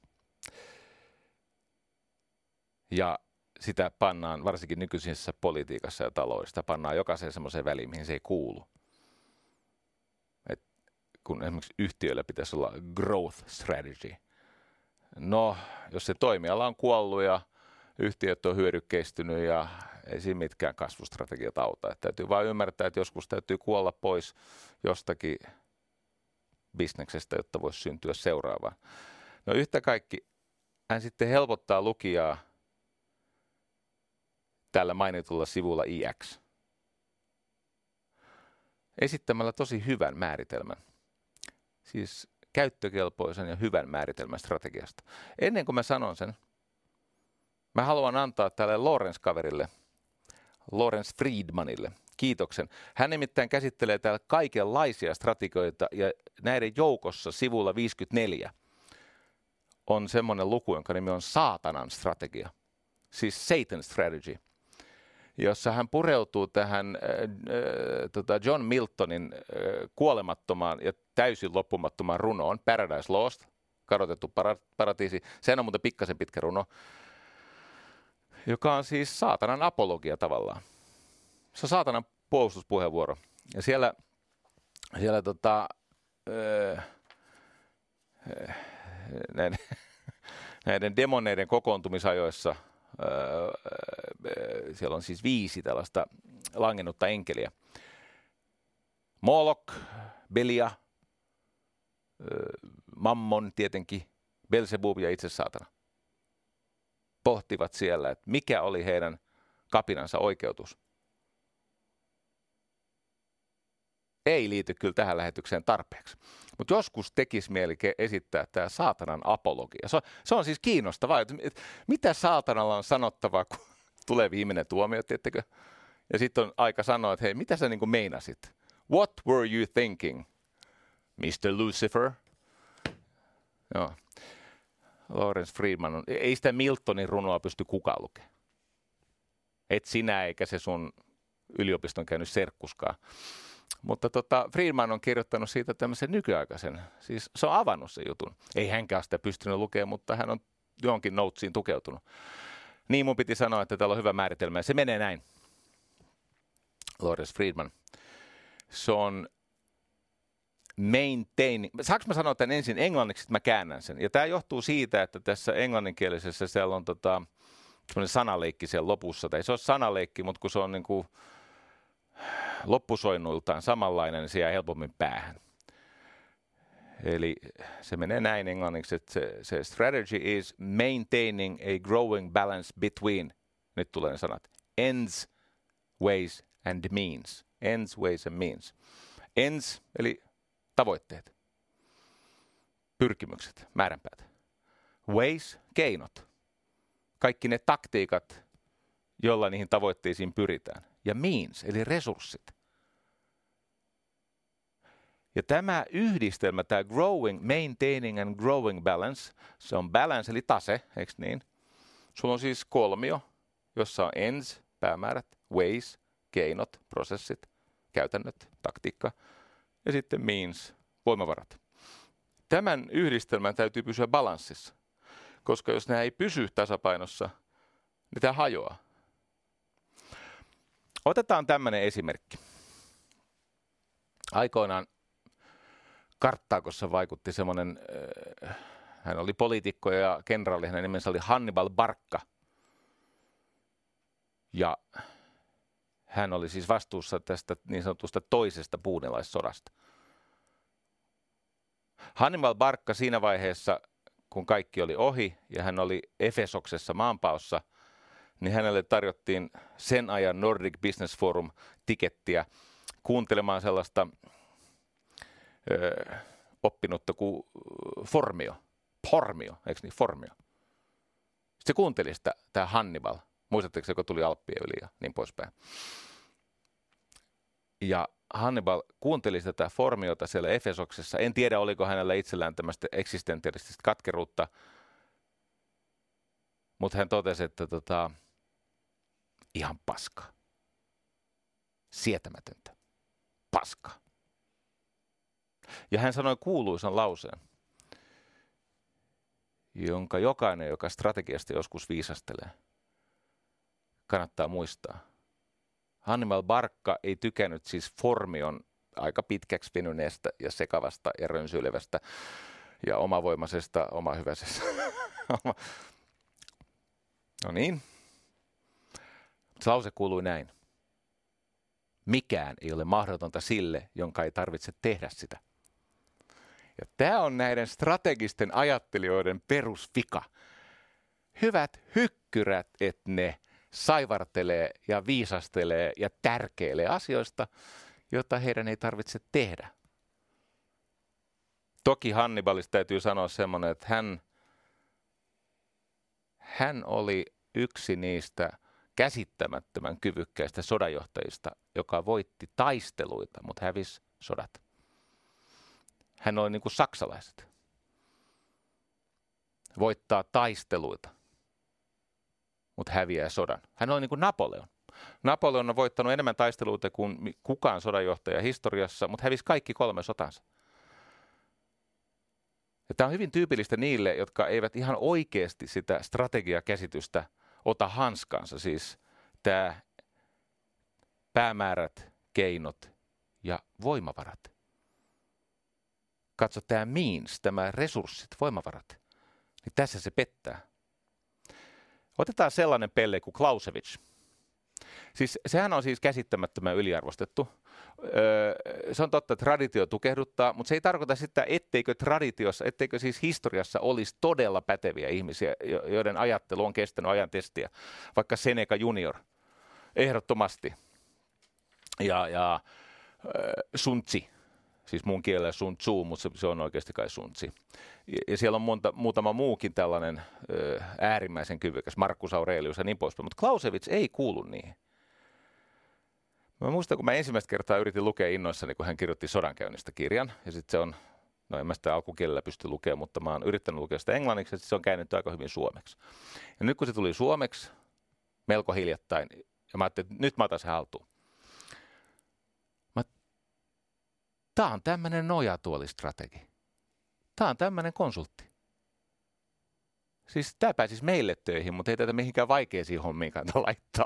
Ja sitä pannaan varsinkin nykyisessä politiikassa ja taloudessa, pannaan jokaiseen semmoiseen väliin, mihin se ei kuulu. Et kun esimerkiksi yhtiöllä pitäisi olla growth strategy. No, jos se toimiala on kuollut ja yhtiöt on hyödykkeistynyt ja ei siinä mitkään kasvustrategiat auta. Et täytyy vain ymmärtää, että joskus täytyy kuolla pois jostakin bisneksestä, jotta voisi syntyä seuraavaa. No yhtä kaikki hän sitten helpottaa lukijaa tällä mainitulla sivulla IX esittämällä tosi hyvän määritelmän. Siis käyttökelpoisen ja hyvän määritelmän strategiasta. Ennen kuin mä sanon sen, mä haluan antaa tälle Lawrence-kaverille, Lawrence Friedmanille, kiitoksen. Hän nimittäin käsittelee täällä kaikenlaisia strategioita ja näiden joukossa sivulla 54 on semmoinen luku, jonka nimi on saatanan strategia, siis Satan strategy, jossa hän pureutuu tähän John Miltonin kuolemattomaan ja täysin loppumattomaan runoon, Paradise Lost, kadotettu paratiisi. Sehän on muuten pikkasen pitkä runo, joka on siis saatanan apologia tavallaan. Se on saatanan puolustuspuheenvuoro. Ja siellä näiden demoneiden kokoontumisajoissa siellä on siis 5 tällaista langennutta enkeliä. Molok, Belia, Mammon tietenkin, Belzebub ja itse saatana. Pohtivat siellä, että mikä oli heidän kapinansa oikeutus. Ei liity kyllä tähän lähetykseen tarpeeksi. Mutta joskus tekisi mieli esittää tämä saatanan apologia. Se on siis kiinnostavaa, että mitä saatanalla on sanottavaa, kun tulee viimeinen tuomio, tiettekö? Ja sitten on aika sanoa, että hei, mitä sä niin kuin meinasit? What were you thinking, Mr. Lucifer? Joo. Lawrence Friedman ei sitä Miltonin runoa pysty kukaan lukemaan. Et sinä eikä se sun yliopiston käynyt serkkuskaan. Mutta Friedman on kirjoittanut siitä tämmöisen nykyaikaisen, siis se on avannut sen jutun. Ei hänkään sitä pystynyt lukemaan, mutta hän on johonkin notesiin tukeutunut. Niin mun piti sanoa, että täällä on hyvä määritelmä. Se menee näin. Lawrence Friedman. Se on maintaining. Saanko mä sanoa tämän ensin englanniksi, että mä käännän sen? Ja tämä johtuu siitä, että tässä englanninkielisessä siellä on semmoinen sanaleikki siellä lopussa. Tai se on sanaleikki, mutta kun se on niin kuin loppusoinnuiltaan samanlainen, niin se jää helpommin päähän. Eli se menee näin englanniksi, että se strategy is maintaining a growing balance between, nyt tulee ne sanat, ends, ways and means. Ends, ways and means. Ends, eli tavoitteet, pyrkimykset, määränpäät. Ways, keinot. Kaikki ne taktiikat, joilla niihin tavoitteisiin pyritään. Ja means, eli resurssit. Ja tämä yhdistelmä, tämä growing, maintaining and growing balance, se on balance eli tase, eikö niin? Sulla on siis kolmio, jossa on ends, päämäärät, ways, keinot, prosessit, käytännöt, taktiikka ja sitten means, voimavarat. Tämän yhdistelmän täytyy pysyä balanssissa, koska jos nämä ei pysy tasapainossa, niin tämä hajoaa. Otetaan tämmöinen esimerkki. Aikoinaan Karttaagossa vaikutti semmoinen, hän oli poliitikko ja kenraali, hänen nimensä oli Hannibal Barca. Ja hän oli siis vastuussa tästä niin sanotusta toisesta puunilaissodasta. Hannibal Barca siinä vaiheessa, kun kaikki oli ohi ja hän oli Efesoksessa maanpaossa, niin hänelle tarjottiin sen ajan Nordic Business Forum -tikettiä kuuntelemaan sellaista oppinutta kuin Pormio, eikö niin, Formio. Se kuunteli sitä, tämä Hannibal Muistatteko se, kun tuli Alppien yli ja niin poispäin. Ja Hannibal kuunteli tätä Formiota siellä Efesoksessa. En tiedä, oliko hänellä itsellään tämmöistä eksistentialistista katkeruutta, mutta hän totesi, että ihan paska. Sietämätöntä. Paska. Ja hän sanoi kuuluisan lauseen, jonka jokainen, joka strategiasta joskus viisastelee, kannattaa muistaa. Hannibal Barca ei tykännyt siis Formion aika pitkäksi venyneestä ja sekavasta ja rönsyilevästä ja omavoimaisesta, omahyväisestä. No niin. Se lause kuului näin. Mikään ei ole mahdotonta sille, jonka ei tarvitse tehdä sitä. Ja tämä on näiden strategisten ajattelijoiden perusvika. Hyvät hykkyrät, että ne saivartelee ja viisastelee ja tärkeilee asioista, joita heidän ei tarvitse tehdä. Toki Hannibalista täytyy sanoa semmoinen, että hän oli yksi niistä käsittämättömän kyvykkäistä sodanjohtajista, joka voitti taisteluita, mutta hävisi sodat. Hän oli niin kuin saksalaiset. Voittaa taisteluita, mutta häviää sodan. Hän oli niin kuin Napoleon. Napoleon on voittanut enemmän taisteluita kuin kukaan sodanjohtaja historiassa, mutta hävisi kaikki 3 sotansa. Ja tämä on hyvin tyypillistä niille, jotka eivät ihan oikeasti sitä strategiakäsitystä ota hanskansa. Siis tämä päämäärät, keinot ja voimavarat. Katso tämä means, tämä resurssit, voimavarat. Niin tässä se pettää. Otetaan sellainen pelle kuin Clausewitz. Siis, sehän on siis käsittämättömän yliarvostettu. Se on totta, että traditio tukehduttaa, mutta se ei tarkoita sitä, etteikö siis historiassa olisi todella päteviä ihmisiä, joiden ajattelu on kestänyt ajan testiä. Vaikka Seneca Junior, ehdottomasti. Ja Sun Tzu, siis mun kielellä Sun Tzu, mutta se on oikeasti kai Sun Tzu. Ja siellä on muutama muukin tällainen äärimmäisen kyvykäs, Marcus Aurelius ja niin poispäin, mutta Clausewitz ei kuulu niihin. Mä muistan, kun mä ensimmäistä kertaa yritin lukea innoissani, kun hän kirjoitti sodankäynnistä kirjan. Ja sitten se on, no en mä sitä alkukielellä pysty lukemaan, mutta mä oon yrittänyt lukea sitä englanniksi, ja se on käännetty aika hyvin suomeksi. Ja nyt kun se tuli suomeksi, melko hiljattain, ja mä ajattelin, että nyt mä otan se haltuun. Tää on tämmönen nojatuolistrategi. Tää on tämmönen konsultti. Siis tää pääsisi meille töihin, mutta ei tätä mihinkään vaikeisiin hommiin kannata laittaa.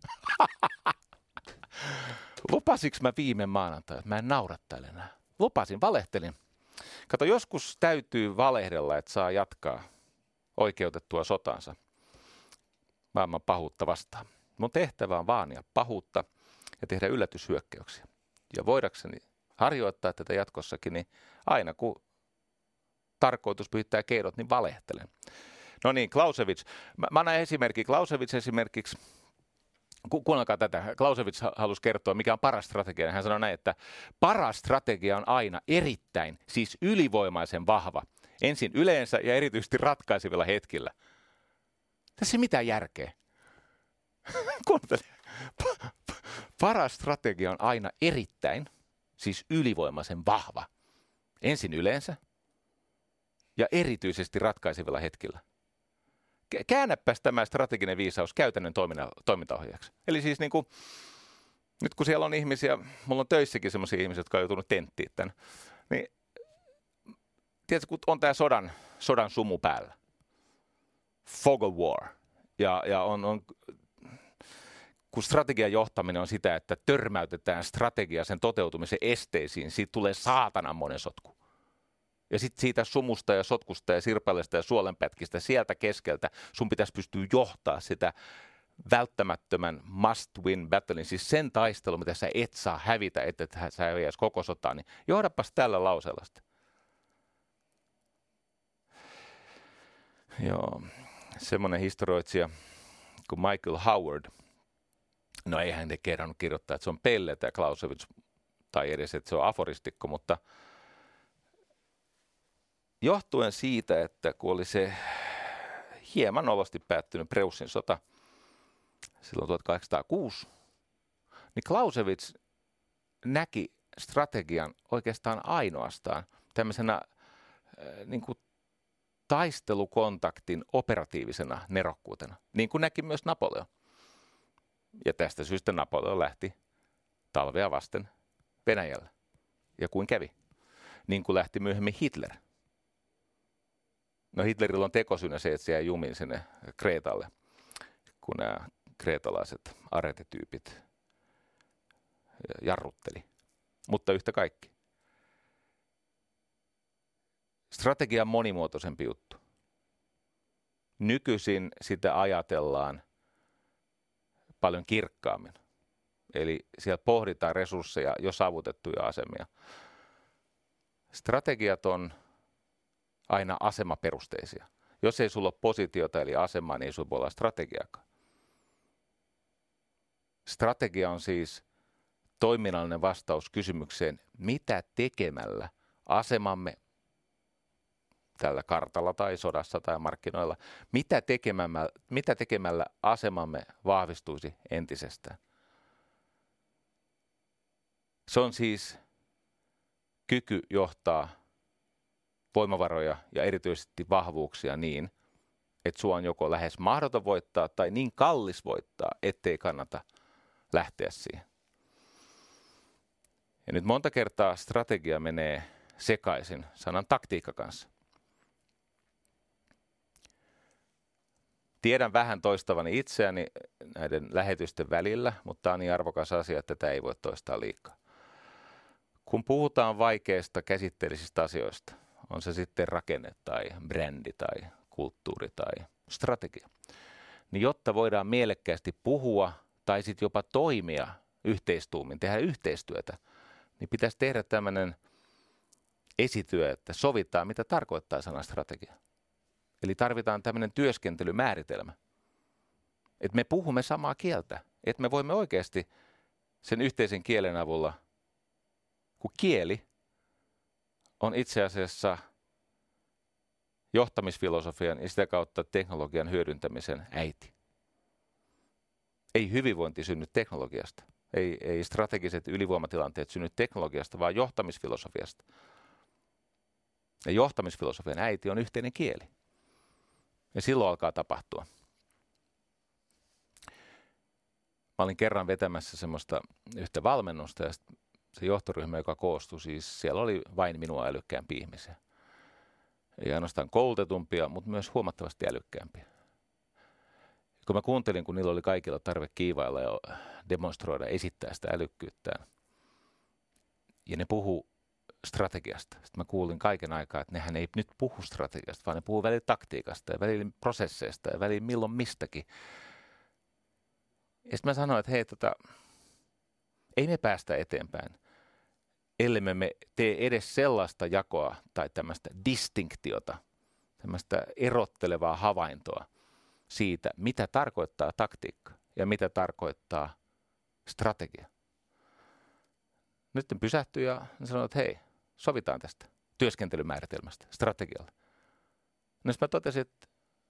Lupasinko mä viime maanantai, että mä en naurattele enää? Lupasin, valehtelin. Kato, joskus täytyy valehdella, että saa jatkaa oikeutettua sotaansa maailman pahuutta vastaan. Mun tehtävä on vaania pahuutta ja tehdä yllätyshyökkäyksiä. Ja voidakseni harjoittaa tätä jatkossakin, niin aina kun tarkoitus pyytää keidot, niin valehtelen. No niin, Clausewitz. Mä annan esimerkki. Clausewitz esimerkiksi, kuunnelkaa tätä. Clausewitz halusi kertoa, mikä on paras strategia. Hän sanoi näin, että paras strategia on aina erittäin, siis ylivoimaisen vahva. Ensin yleensä ja erityisesti ratkaisevilla hetkillä. Tässä ei mitään järkeä. Kuuntele. Paras strategia on aina erittäin, siis ylivoimaisen vahva. Ensin yleensä ja erityisesti ratkaisevilla hetkillä. Käännäpäs tämä strateginen viisaus käytännön toimintaohjaajaksi. Eli siis niin kuin, nyt kun siellä on ihmisiä, mulla on töissäkin sellaisia ihmisiä, jotka on joutunut tenttiin tämän, niin tiedätkö, kun on tämä sodan sumu päällä. Fog of war. Ja on kun strategian johtaminen on sitä, että törmäytetään strategia sen toteutumisen esteisiin, siitä tulee saatanan monen sotku. Ja sitten siitä sumusta ja sotkusta ja sirpaleista ja suolenpätkistä sieltä keskeltä sun pitäisi pystyä johtaa sitä välttämättömän must win battlein, siis sen taistelun, mitä sä et saa hävitä, että sä häviäisi koko sotaan, niin johdapas tällä lauseella sitä. Joo, semmoinen historioitsija kuin Michael Howard, no ei hän kerrannut kirjoittaa, että se on pelle tämä Clausewitz, tai edes, että se on aforistikko, mutta johtuen siitä, että kun oli se hieman olosti päättynyt Preussin sota, silloin 1806, niin Clausewitz näki strategian oikeastaan ainoastaan tämmöisenä niin kuin taistelukontaktin operatiivisena nerokkuutena, niin kuin näki myös Napoleon. Ja tästä syystä Napoleon lähti talvea vasten Venäjällä. Ja kuin kävi? Niin kuin lähti myöhemmin Hitler. No Hitlerillä on tekosyynä se, että se jäi jumiin sinne Kreetalle, kun nämä kreetalaiset aretetyypit jarrutteli. Mutta yhtä kaikki. Strategia on monimuotoisempi juttu. Nykyisin sitä ajatellaan paljon kirkkaammin. Eli siellä pohditaan resursseja jo saavutettuja asemia. Strategiat on aina asemaperusteisia. Jos ei sulla ole positiota eli asemaa, niin ei sulla voi olla strategiakaan. Strategia on siis toiminnallinen vastaus kysymykseen, mitä tekemällä asemamme tällä kartalla tai sodassa tai markkinoilla, mitä tekemällä asemamme vahvistuisi entisestään. Se on siis kyky johtaa voimavaroja ja erityisesti vahvuuksia niin, että sua on joko lähes mahdoton voittaa tai niin kallis voittaa, ettei kannata lähteä siihen. Ja nyt monta kertaa strategia menee sekaisin sanan taktiikka kanssa. Tiedän vähän toistavani itseäni näiden lähetysten välillä, mutta tämä on niin arvokas asia, että tätä ei voi toistaa liikaa. Kun puhutaan vaikeista käsitteellisistä asioista, on se sitten rakenne tai brändi tai kulttuuri tai strategia, niin jotta voidaan mielekkäästi puhua tai sitten jopa toimia yhteistuumin, tehdä yhteistyötä, niin pitäisi tehdä tämmöinen esityö, että sovitaan, mitä tarkoittaa sana strategia. Eli tarvitaan tämmöinen työskentelymääritelmä, että me puhumme samaa kieltä, että me voimme oikeasti sen yhteisen kielen avulla, kun kieli on itse asiassa johtamisfilosofian ja sitä kautta teknologian hyödyntämisen äiti. Ei hyvinvointi synny teknologiasta, ei strategiset ylivoimatilanteet synny teknologiasta, vaan johtamisfilosofiasta. Ja johtamisfilosofian äiti on yhteinen kieli. Ja silloin alkaa tapahtua. Mä olin kerran vetämässä semmoista yhtä valmennusta ja se johtoryhmä, joka koostui, siis siellä oli vain minua älykkäämpiä ihmisiä. Ei ainoastaan koulutetumpia, mutta myös huomattavasti älykkäämpiä. Kun mä kuuntelin, kun niillä oli kaikilla tarve kiivailla ja demonstroida, esittää sitä älykkyyttään. Ja ne puhuu strategiasta. Sitten mä kuulin kaiken aikaa, että nehän ei nyt puhu strategiasta, vaan ne puhuu välillä taktiikasta ja välillä prosesseista ja välillä milloin mistäkin. Ja sitten mä sanoin, että hei, ei me päästä eteenpäin, ellei me tee edes sellaista jakoa tai tämmöistä distinktiota, tämmöistä erottelevaa havaintoa siitä, mitä tarkoittaa taktiikka ja mitä tarkoittaa strategia. Nyt ne pysähtyi ja sanoi, että hei, sovitaan tästä työskentelymääritelmästä, strategialla. No sitten mä totesin, että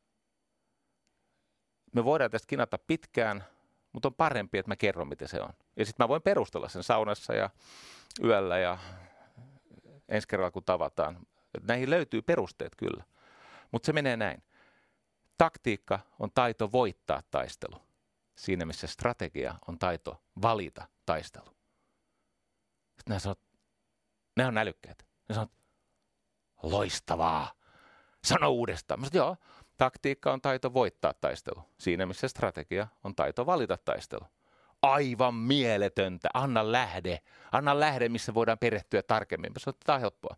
me voidaan tästä kinata pitkään, mutta on parempi, että mä kerron, miten se on. Ja sitten mä voin perustella sen saunassa ja yöllä ja ensi kerralla, kun tavataan. Näihin löytyy perusteet kyllä, mutta se menee näin. Taktiikka on taito voittaa taistelu. Siinä, missä strategia on taito valita taistelu. Sitten nämä on älykkäitä. Ne sanoo, loistavaa. Sano uudestaan. Mä sanoin, joo, taktiikka on taito voittaa taistelu. Siinä, missä strategia on taito valita taistelu. Aivan mieletöntä. Anna lähde, missä voidaan perehtyä tarkemmin. Mä sanoin, tämä on helppoa.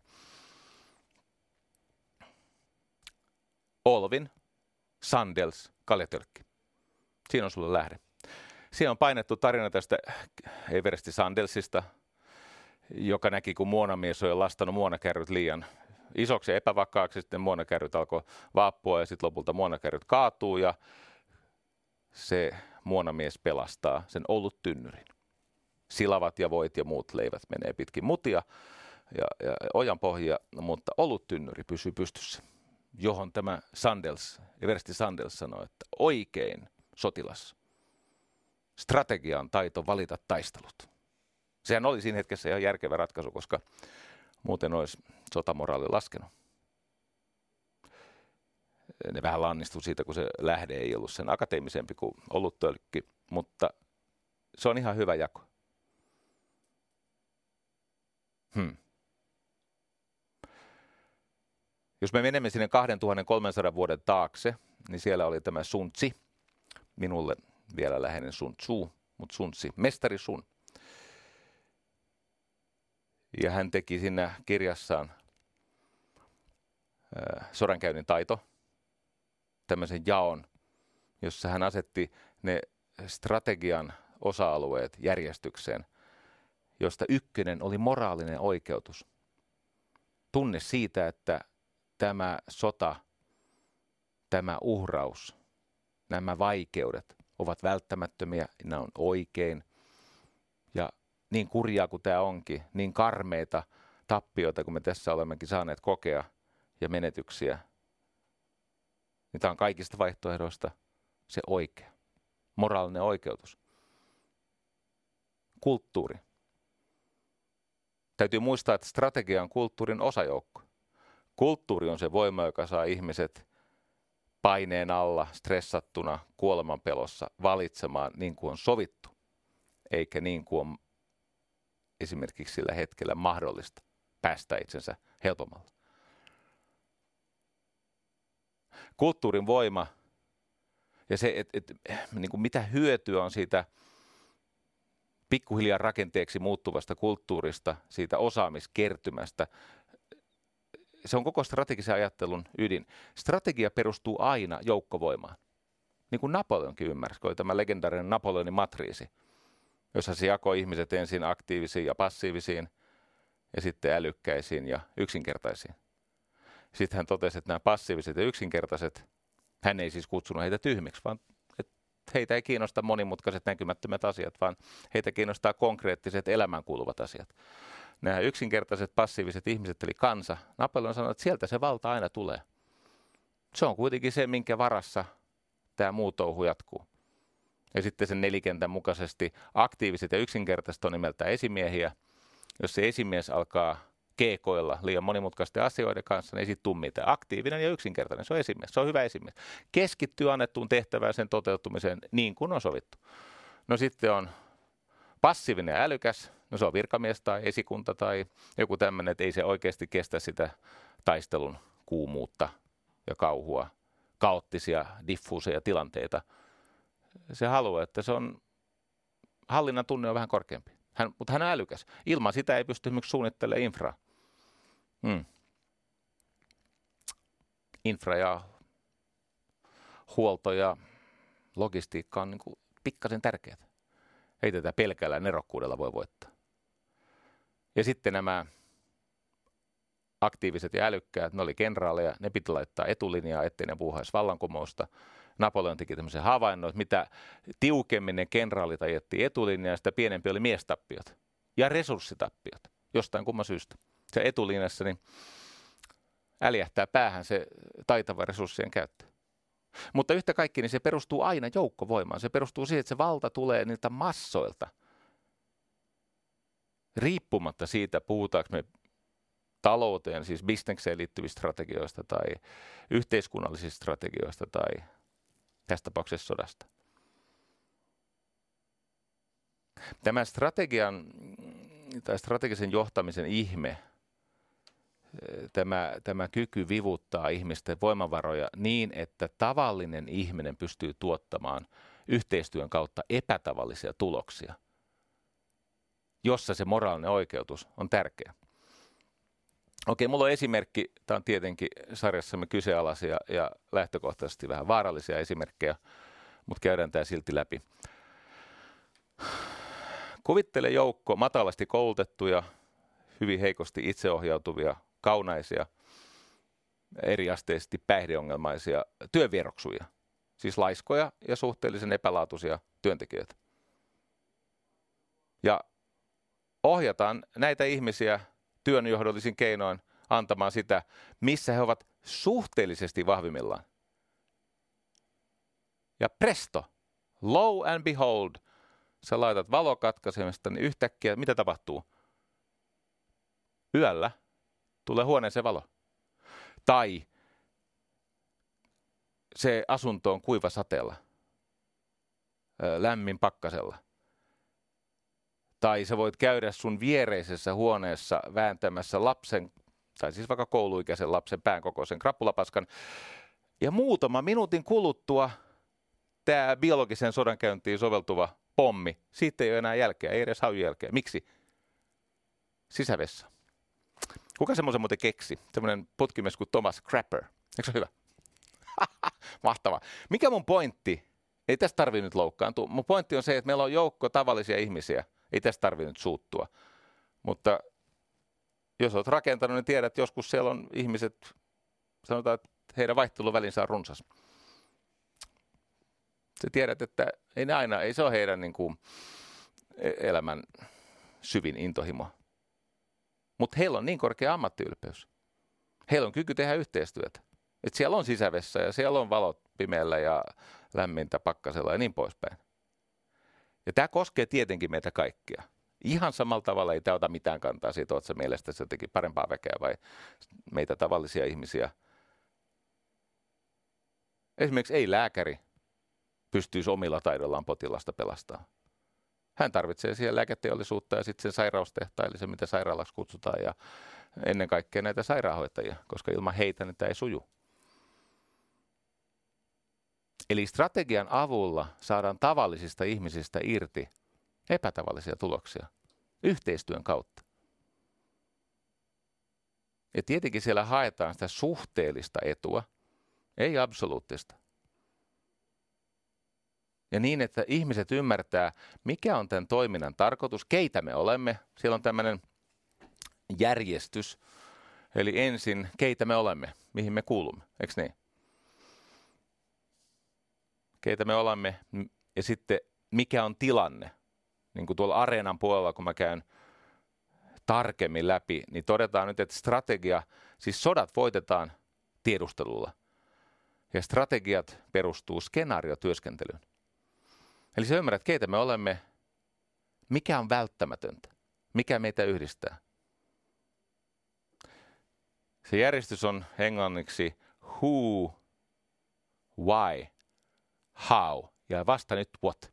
Olvin, Sandels, kaljatölkki. Siinä on sulle lähde. Siinä on painettu tarina tästä Eversti Sandelsista, joka näki, kun muonamies on lastanut muonakärryt liian isoksi ja epävakaaksi. Sitten muonakärryt alkoi vaappua ja sitten lopulta muonakärryt kaatuu ja se muonamies pelastaa sen oluttynnyrin. Silavat ja voit ja muut leivät menee pitkin mutia ja ojanpohjia, mutta oluttynnyri pysyy pystyssä, johon tämä Eversti Sandels sanoi, että oikein sotilas Strategia on taito valita taistelut. Sehän oli siinä hetkessä ihan järkevä ratkaisu, koska muuten olisi sotamoraali laskenut. Ne vähän lannistui siitä, kun se lähde ei ollut sen akateemisempi kuin oluttölkki, mutta se on ihan hyvä jako. Jos me menemme sinne 2300 vuoden taakse, niin siellä oli tämä Sun Tzu, minulle vielä läheinen Sun Tzu, mutta Sun Tzu, mestari Sun. Ja hän teki siinä kirjassaan sodankäynnin taito, tämmöisen jaon, jossa hän asetti ne strategian osa-alueet järjestykseen, josta ykkönen oli moraalinen oikeutus. Tunne siitä, että tämä sota, tämä uhraus, nämä vaikeudet ovat välttämättömiä, ne on oikein. Ja niin kurjaa kuin tämä onkin, niin karmeita tappioita, kun me tässä olemmekin saaneet kokea ja menetyksiä, niin tämä on kaikista vaihtoehdoista se oikea, moraalinen oikeutus. Kulttuuri. Täytyy muistaa, että strategia on kulttuurin osajoukko. Kulttuuri on se voima, joka saa ihmiset paineen alla, stressattuna, kuoleman pelossa valitsemaan niin kuin on sovittu, eikä niin kuin on esimerkiksi sillä hetkellä mahdollista päästä itsensä helpommalla. Kulttuurin voima ja se, niin kuin mitä hyötyä on siitä pikkuhiljaa rakenteeksi muuttuvasta kulttuurista, siitä osaamiskertymästä, se on koko strategisen ajattelun ydin. Strategia perustuu aina joukkovoimaan. Niin kuin Napoleonkin ymmärsi, kun oli tämä legendaarinen Napoleonin matriisi, jossa se jakoi ihmiset ensin aktiivisiin ja passiivisiin ja sitten älykkäisiin ja yksinkertaisiin. Sitten hän totesi, että nämä passiiviset ja yksinkertaiset, hän ei siis kutsunut heitä tyhmiksi, vaan että heitä ei kiinnosta monimutkaiset näkymättömät asiat, vaan heitä kiinnostaa konkreettiset elämään kuuluvat asiat. Nämä yksinkertaiset passiiviset ihmiset eli kansa, Napoleon sanoi, että sieltä se valta aina tulee. Se on kuitenkin se, minkä varassa tämä muu touhu jatkuu. Ja sitten sen nelikentän mukaisesti aktiiviset ja yksinkertaiset on nimeltään esimiehiä. Jos se esimies alkaa keekoilla liian monimutkaisten asioiden kanssa, niin ei siitä tule mitään. Aktiivinen ja yksinkertainen, se on esimies, se on hyvä esimies. Keskittyy annettuun tehtävään sen toteutumiseen niin kuin on sovittu. No sitten on passiivinen ja älykäs, no se on virkamies tai esikunta tai joku tämmöinen, että ei se oikeasti kestä sitä taistelun kuumuutta ja kauhua, kaoottisia, diffuuseja tilanteita. Se haluaa, että se on, hallinnan tunne on vähän korkeampi, mutta hän on älykäs. Ilman sitä ei pysty esimerkiksi suunnittelemaan infraa. Infra ja huolto ja logistiikka on niin kuin pikkasen tärkeää. Ei tätä pelkällä nerokkuudella voi voittaa. Ja sitten nämä aktiiviset ja älykkäät, ne oli kenraaleja, ne piti laittaa etulinjaa, ettei ne puuhaisi vallankumousta. Napoleon teki tämmöisen havainnon, että mitä tiukemmin ne kenraalit ajettiin etulinjaa, sitä pienempi oli miestappiot ja resurssitappiot jostain kumman syystä. Se etulinjassa niin äljähtää päähän se taitava resurssien käyttö. Mutta yhtä kaikki, niin se perustuu aina joukkovoimaan. Se perustuu siihen, että se valta tulee niiltä massoilta. Riippumatta siitä, puhutaanko me talouteen, siis bisnekseen liittyvistä strategioista tai yhteiskunnallisista strategioista tai tässä tapauksessa sodasta. Tämä strategian tai strategisen johtamisen ihme, tämä kyky vivuttaa ihmisten voimavaroja niin, että tavallinen ihminen pystyy tuottamaan yhteistyön kautta epätavallisia tuloksia, jossa se moraalinen oikeutus on tärkeä. Okei, mulla on esimerkki, tämä on tietenkin sarjassamme kyseenalaisia ja lähtökohtaisesti vähän vaarallisia esimerkkejä, mutta käydään tämä silti läpi. Kuvittele joukko matalasti koulutettuja, hyvin heikosti itseohjautuvia, kaunaisia, eriasteisesti päihdeongelmaisia työvieroksuja, siis laiskoja ja suhteellisen epälaatuisia työntekijöitä. Ja ohjataan näitä ihmisiä työnjohdollisin keinoin antamaan sitä, missä he ovat suhteellisesti vahvimmillaan. Ja presto, lo and behold, sä laitat valokatkaisemista, niin yhtäkkiä mitä tapahtuu? Yöllä tulee huoneeseen valo. Tai se asunto on kuiva sateella, lämmin pakkasella. Tai sä voit käydä sun viereisessä huoneessa vääntämässä lapsen, tai siis vaikka kouluikäisen lapsen päänkokoisen krappulapaskan. Ja muutama minuutin kuluttua tämä biologisen sodankäyntiin soveltuva pommi, siitä ei ole enää jälkeä, ei edes hajujälkeä. Miksi? Sisävessa. Kuka semmoisen muuten keksi? Semmoinen putkimies kuin Thomas Crapper. Eikö se ole hyvä? Mahtavaa. Mikä mun pointti? Ei tästä tarvitse nyt loukkaantua. Mun pointti on se, että meillä on joukko tavallisia ihmisiä. Ei tästä tarvitse nyt suuttua. Mutta jos olet rakentanut, niin tiedät, että joskus siellä on ihmiset, sanotaan, että heidän vaihteluvälinsä on runsas. Sä tiedät, että ei se ole heidän niin kuin, elämän syvin intohimo. Mutta heillä on niin korkea ammattiylpeys. Heillä on kyky tehdä yhteistyötä. Et siellä on sisävessä ja siellä on valot pimeällä ja lämmintä pakkasella ja niin poispäin. Ja tämä koskee tietenkin meitä kaikkia. Ihan samalla tavalla ei tämä ota mitään kantaa siitä, että mielestä se jotenkin parempaa väkeä vai meitä tavallisia ihmisiä. Esimerkiksi ei lääkäri pystyisi omilla taidollaan potilasta pelastamaan. Hän tarvitsee siihen lääketeollisuutta ja sitten sen sairaustehtaan, eli se mitä sairaalaksi kutsutaan, ja ennen kaikkea näitä sairaanhoitajia, koska ilman heitä niin tämä ei suju. Eli strategian avulla saadaan tavallisista ihmisistä irti epätavallisia tuloksia yhteistyön kautta. Ja tietenkin siellä haetaan sitä suhteellista etua, ei absoluuttista. Ja niin, että ihmiset ymmärtää, mikä on tämän toiminnan tarkoitus, keitä me olemme. Siellä on tämmöinen järjestys, eli ensin keitä me olemme, mihin me kuulumme, eikö niin? Keitä me olemme ja sitten mikä on tilanne. Niin kuin tuolla areenan puolella, kun mä käyn tarkemmin läpi, niin todetaan nyt, että strategia, siis sodat voitetaan tiedustelulla. Ja strategiat perustuu skenaariotyöskentelyyn. Eli sä ymmärrät, keitä me olemme, mikä on välttämätöntä, mikä meitä yhdistää. Se järjestys on englanniksi who, why, how ja vasta nyt what.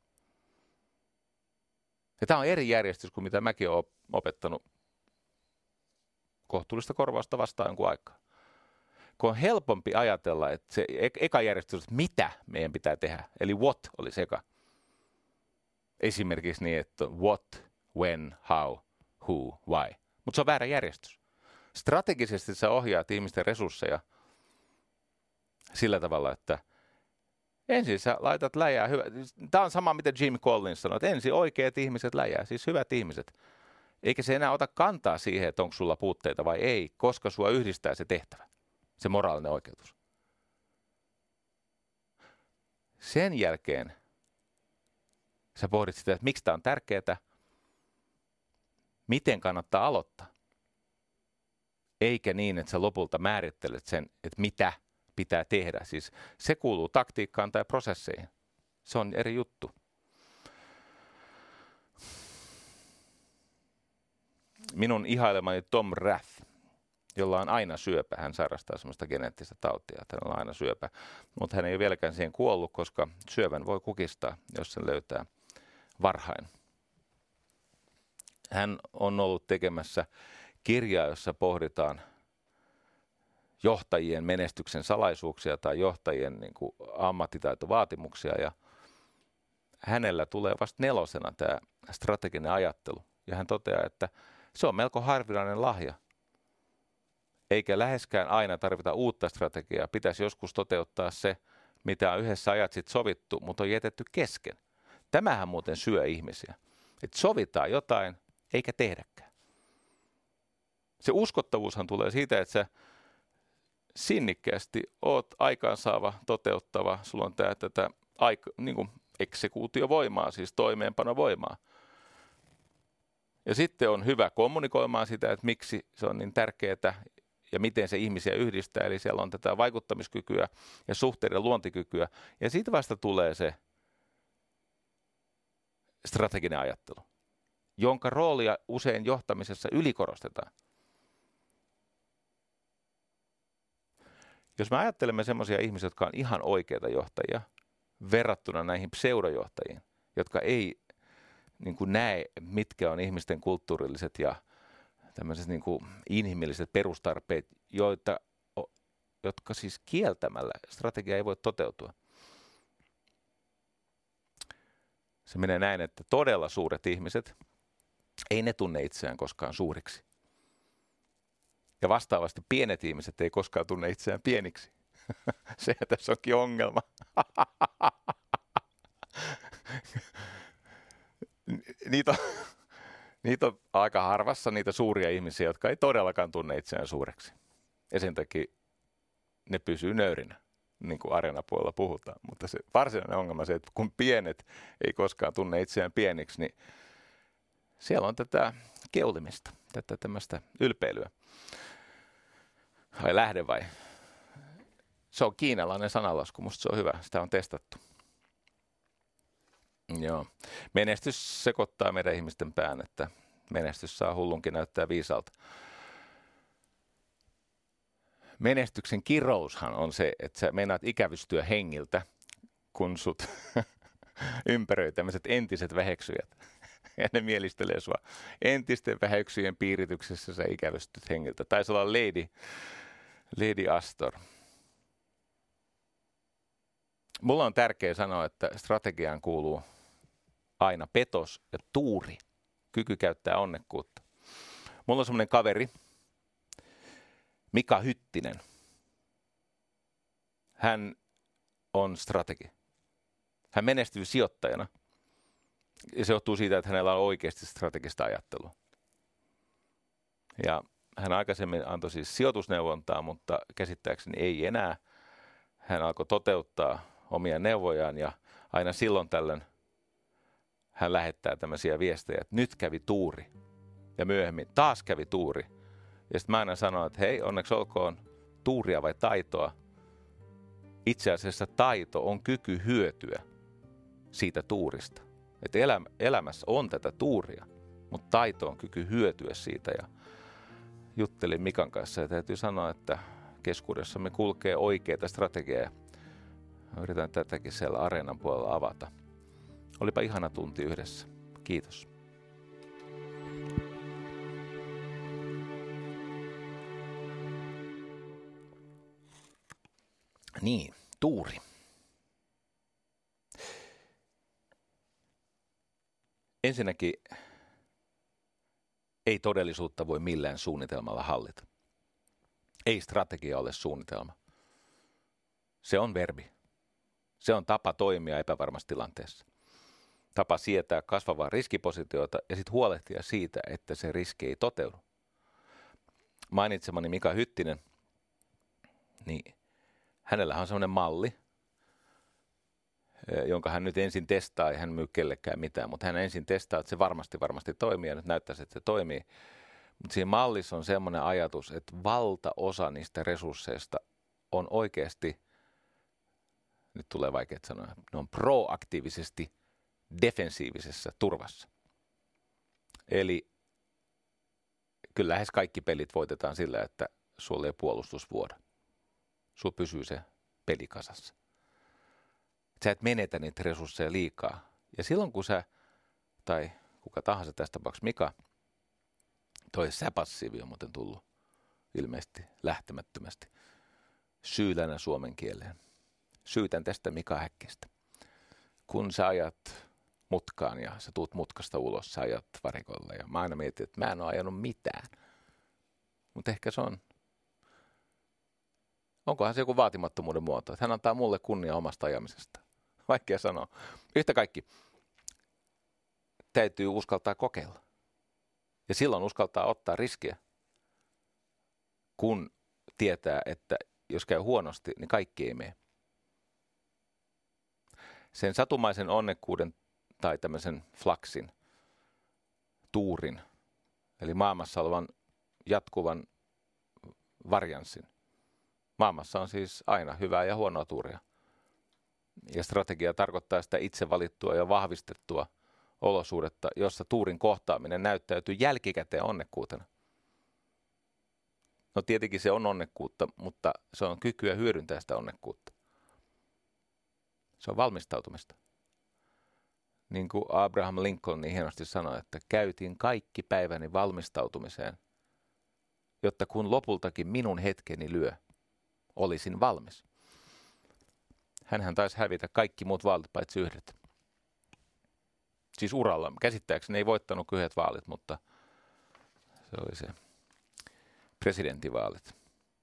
Ja tämä on eri järjestys kuin mitä mäkin olen opettanut kohtuullista korvausta vastaan jonkun aikaa. Kun on helpompi ajatella, että se eka järjestys, että mitä meidän pitää tehdä, eli what oli se eka. Esimerkiksi niin, että what, when, how, who, why. Mutta se on väärä järjestys. Strategisesti sä ohjaat ihmisten resursseja sillä tavalla, että ensin sä laitat läjää. Tämä on sama, mitä Jim Collins sanoi, että ensin oikeat ihmiset läjää, siis hyvät ihmiset. Eikä se enää ota kantaa siihen, että onko sulla puutteita vai ei, koska sua yhdistää se tehtävä, se moraalinen oikeutus. Sen jälkeen sä pohdit sitä, että miksi tämä on tärkeää, miten kannattaa aloittaa. Eikä niin, että sä lopulta määrittelet sen, että mitä pitää tehdä. Siis se kuuluu taktiikkaan tai prosesseihin. Se on eri juttu. Minun ihailemani Tom Rath, jolla on aina syöpä. Hän sairastaa sellaista geneettistä tautia, että hänellä on aina syöpä. Mutta hän ei ole vieläkään siihen kuollut, koska syövän voi kukistaa, jos sen löytää varhain. Hän on ollut tekemässä kirjaa, jossa pohditaan johtajien menestyksen salaisuuksia tai johtajien niin kuin ammattitaitovaatimuksia. Ja hänellä tulee vasta 4. tämä strateginen ajattelu. Ja hän toteaa, että se on melko harvinainen lahja. Eikä läheskään aina tarvita uutta strategiaa. Pitäisi joskus toteuttaa se, mitä on yhdessä ajat sitten sovittu, mutta on jätetty kesken. Tämähän muuten syö ihmisiä. Että sovitaan jotain, eikä tehdäkään. Se uskottavuushan tulee siitä, että sä sinnikkäästi oot aikaansaava, toteuttava. Sulla on tätä niin kuin eksekuutiovoimaa, siis toimeenpanovoimaa. Ja sitten on hyvä kommunikoimaan sitä, että miksi se on niin tärkeää ja miten se ihmisiä yhdistää. Eli siellä on tätä vaikuttamiskykyä ja suhteiden luontikykyä. Ja siitä vasta tulee se strateginen ajattelu, jonka roolia usein johtamisessa ylikorostetaan. Jos me ajattelemme semmoisia ihmisiä, jotka on ihan oikeita johtajia, verrattuna näihin pseudojohtajiin, jotka ei niin kuin näe, mitkä on ihmisten kulttuurilliset ja tämmöiset niin kuin inhimilliset perustarpeet, jotka siis kieltämällä strategia ei voi toteutua. Se menee näin, että todella suuret ihmiset, ei ne tunne itseään koskaan suuriksi. Ja vastaavasti pienet ihmiset ei koskaan tunne itseään pieniksi. Se tässä onkin ongelma. Niitä on aika harvassa niitä suuria ihmisiä, jotka ei todellakaan tunne itseään suureksi. Ja sen takia ne pysyy nöyrinä, niin kuin areenapuolella puhutaan. Mutta se varsinainen ongelma on se, että kun pienet ei koskaan tunne itseään pieniksi, niin siellä on tätä keulimista, tätä tämmöistä ylpeilyä. Vai lähde vai? Se on kiinalainen sananlasku, musta se on hyvä, sitä on testattu. Joo. Menestys sekoittaa meidän ihmisten pään, että menestys saa hullunkin näyttää viisaalta. Menestyksen kiroushan on se, että sä meinaat ikävystyä hengiltä, kun sut ympäröi tämmöiset entiset väheksyjät. Ja ne mielistelee sua. Entisten väheksyjen piirityksessä sä ikävystyt hengiltä. Taisi olla Lady Astor. Mulla on tärkeää sanoa, että strategiaan kuuluu aina petos ja tuuri. Kyky käyttää onnekkuutta. Mulla on semmoinen kaveri, Mika Hyttinen. Hän on strategi. Hän menestyy sijoittajana. Ja se johtuu siitä, että hänellä on oikeasti strategista ajattelua. Ja hän aikaisemmin antoi siis sijoitusneuvontaa, mutta käsittääkseni ei enää. Hän alkoi toteuttaa omia neuvojaan ja aina silloin tällöin hän lähettää tämmöisiä viestejä, että nyt kävi tuuri. Ja myöhemmin taas kävi tuuri. Ja sitten mä aina sanon, että hei, onneksi olkoon tuuria vai taitoa. Itse asiassa taito on kyky hyötyä siitä tuurista. Että elämässä on tätä tuuria, mutta taito on kyky hyötyä siitä. Ja juttelin Mikan kanssa ja täytyy sanoa, että keskuudessamme kulkee oikeita strategiaa. Yritän tätäkin siellä areenan puolella avata. Olipa ihana tunti yhdessä. Kiitos. Niin, tuuri. Ensinnäkin ei todellisuutta voi millään suunnitelmalla hallita. Ei strategia ole suunnitelma. Se on verbi. Se on tapa toimia epävarmassa tilanteessa. Tapa sietää kasvavaa riskipositiota ja sitten huolehtia siitä, että se riski ei toteudu. Mainitsemani Mika Hyttinen, niin hänellä on sellainen malli, jonka hän nyt ensin testaa, ei hän myy kellekään mitään, mutta hän ensin testaa, että se varmasti toimii ja nyt näyttäisi, että se toimii. Mutta siinä mallissa on semmoinen ajatus, että valtaosa niistä resursseista on oikeasti, nyt tulee vaikeat sanoa, ne on proaktiivisesti defensiivisessä turvassa. Eli kyllä lähes kaikki pelit voitetaan sillä, että sulla ei puolustus vuoda. Sulla pysyy se peli kasassa. Sä et menetä niitä resursseja liikaa. Ja silloin kun sä, tai kuka tahansa tässä tapauksessa Mika, toi sä-passiivi on muuten tullut ilmeisesti lähtemättömästi syylänä suomen kieleen. Syytän tästä Mika Häkkistä. Kun sä ajat mutkaan ja sä tuut mutkasta ulos, sä ajat varikolla. Ja mä aina mietin, että mä en ole ajanut mitään. Mutta ehkä se on, onkohan se joku vaatimattomuuden muoto, että hän antaa mulle kunnia omasta ajamisesta. Vaikea sanoa. Yhtä kaikki täytyy uskaltaa kokeilla. Ja silloin uskaltaa ottaa riskiä, kun tietää, että jos käy huonosti, niin kaikki ei mene. Sen satumaisen onnekkuuden tai tämmöisen flaksin, tuurin, eli maailmassa olevan jatkuvan varianssin. Maailmassa on siis aina hyvää ja huonoa tuuria. Ja strategia tarkoittaa sitä itse valittua ja vahvistettua olosuhdetta, jossa tuurin kohtaaminen näyttäytyy jälkikäteen onnekkuutena. No tietenkin se on onnekkuutta, mutta se on kykyä hyödyntää sitä onnekkuutta. Se on valmistautumista. Niin kuin Abraham Lincoln niin hienosti sanoi, että käytin kaikki päiväni valmistautumiseen, jotta kun lopultakin minun hetkeni lyö, olisin valmis. Hänhän taisi hävitä kaikki muut vaalit paitsi yhdet. Siis uralla. Käsittääkseni ei voittanut yhdet vaalit, mutta se oli se presidentinvaalit.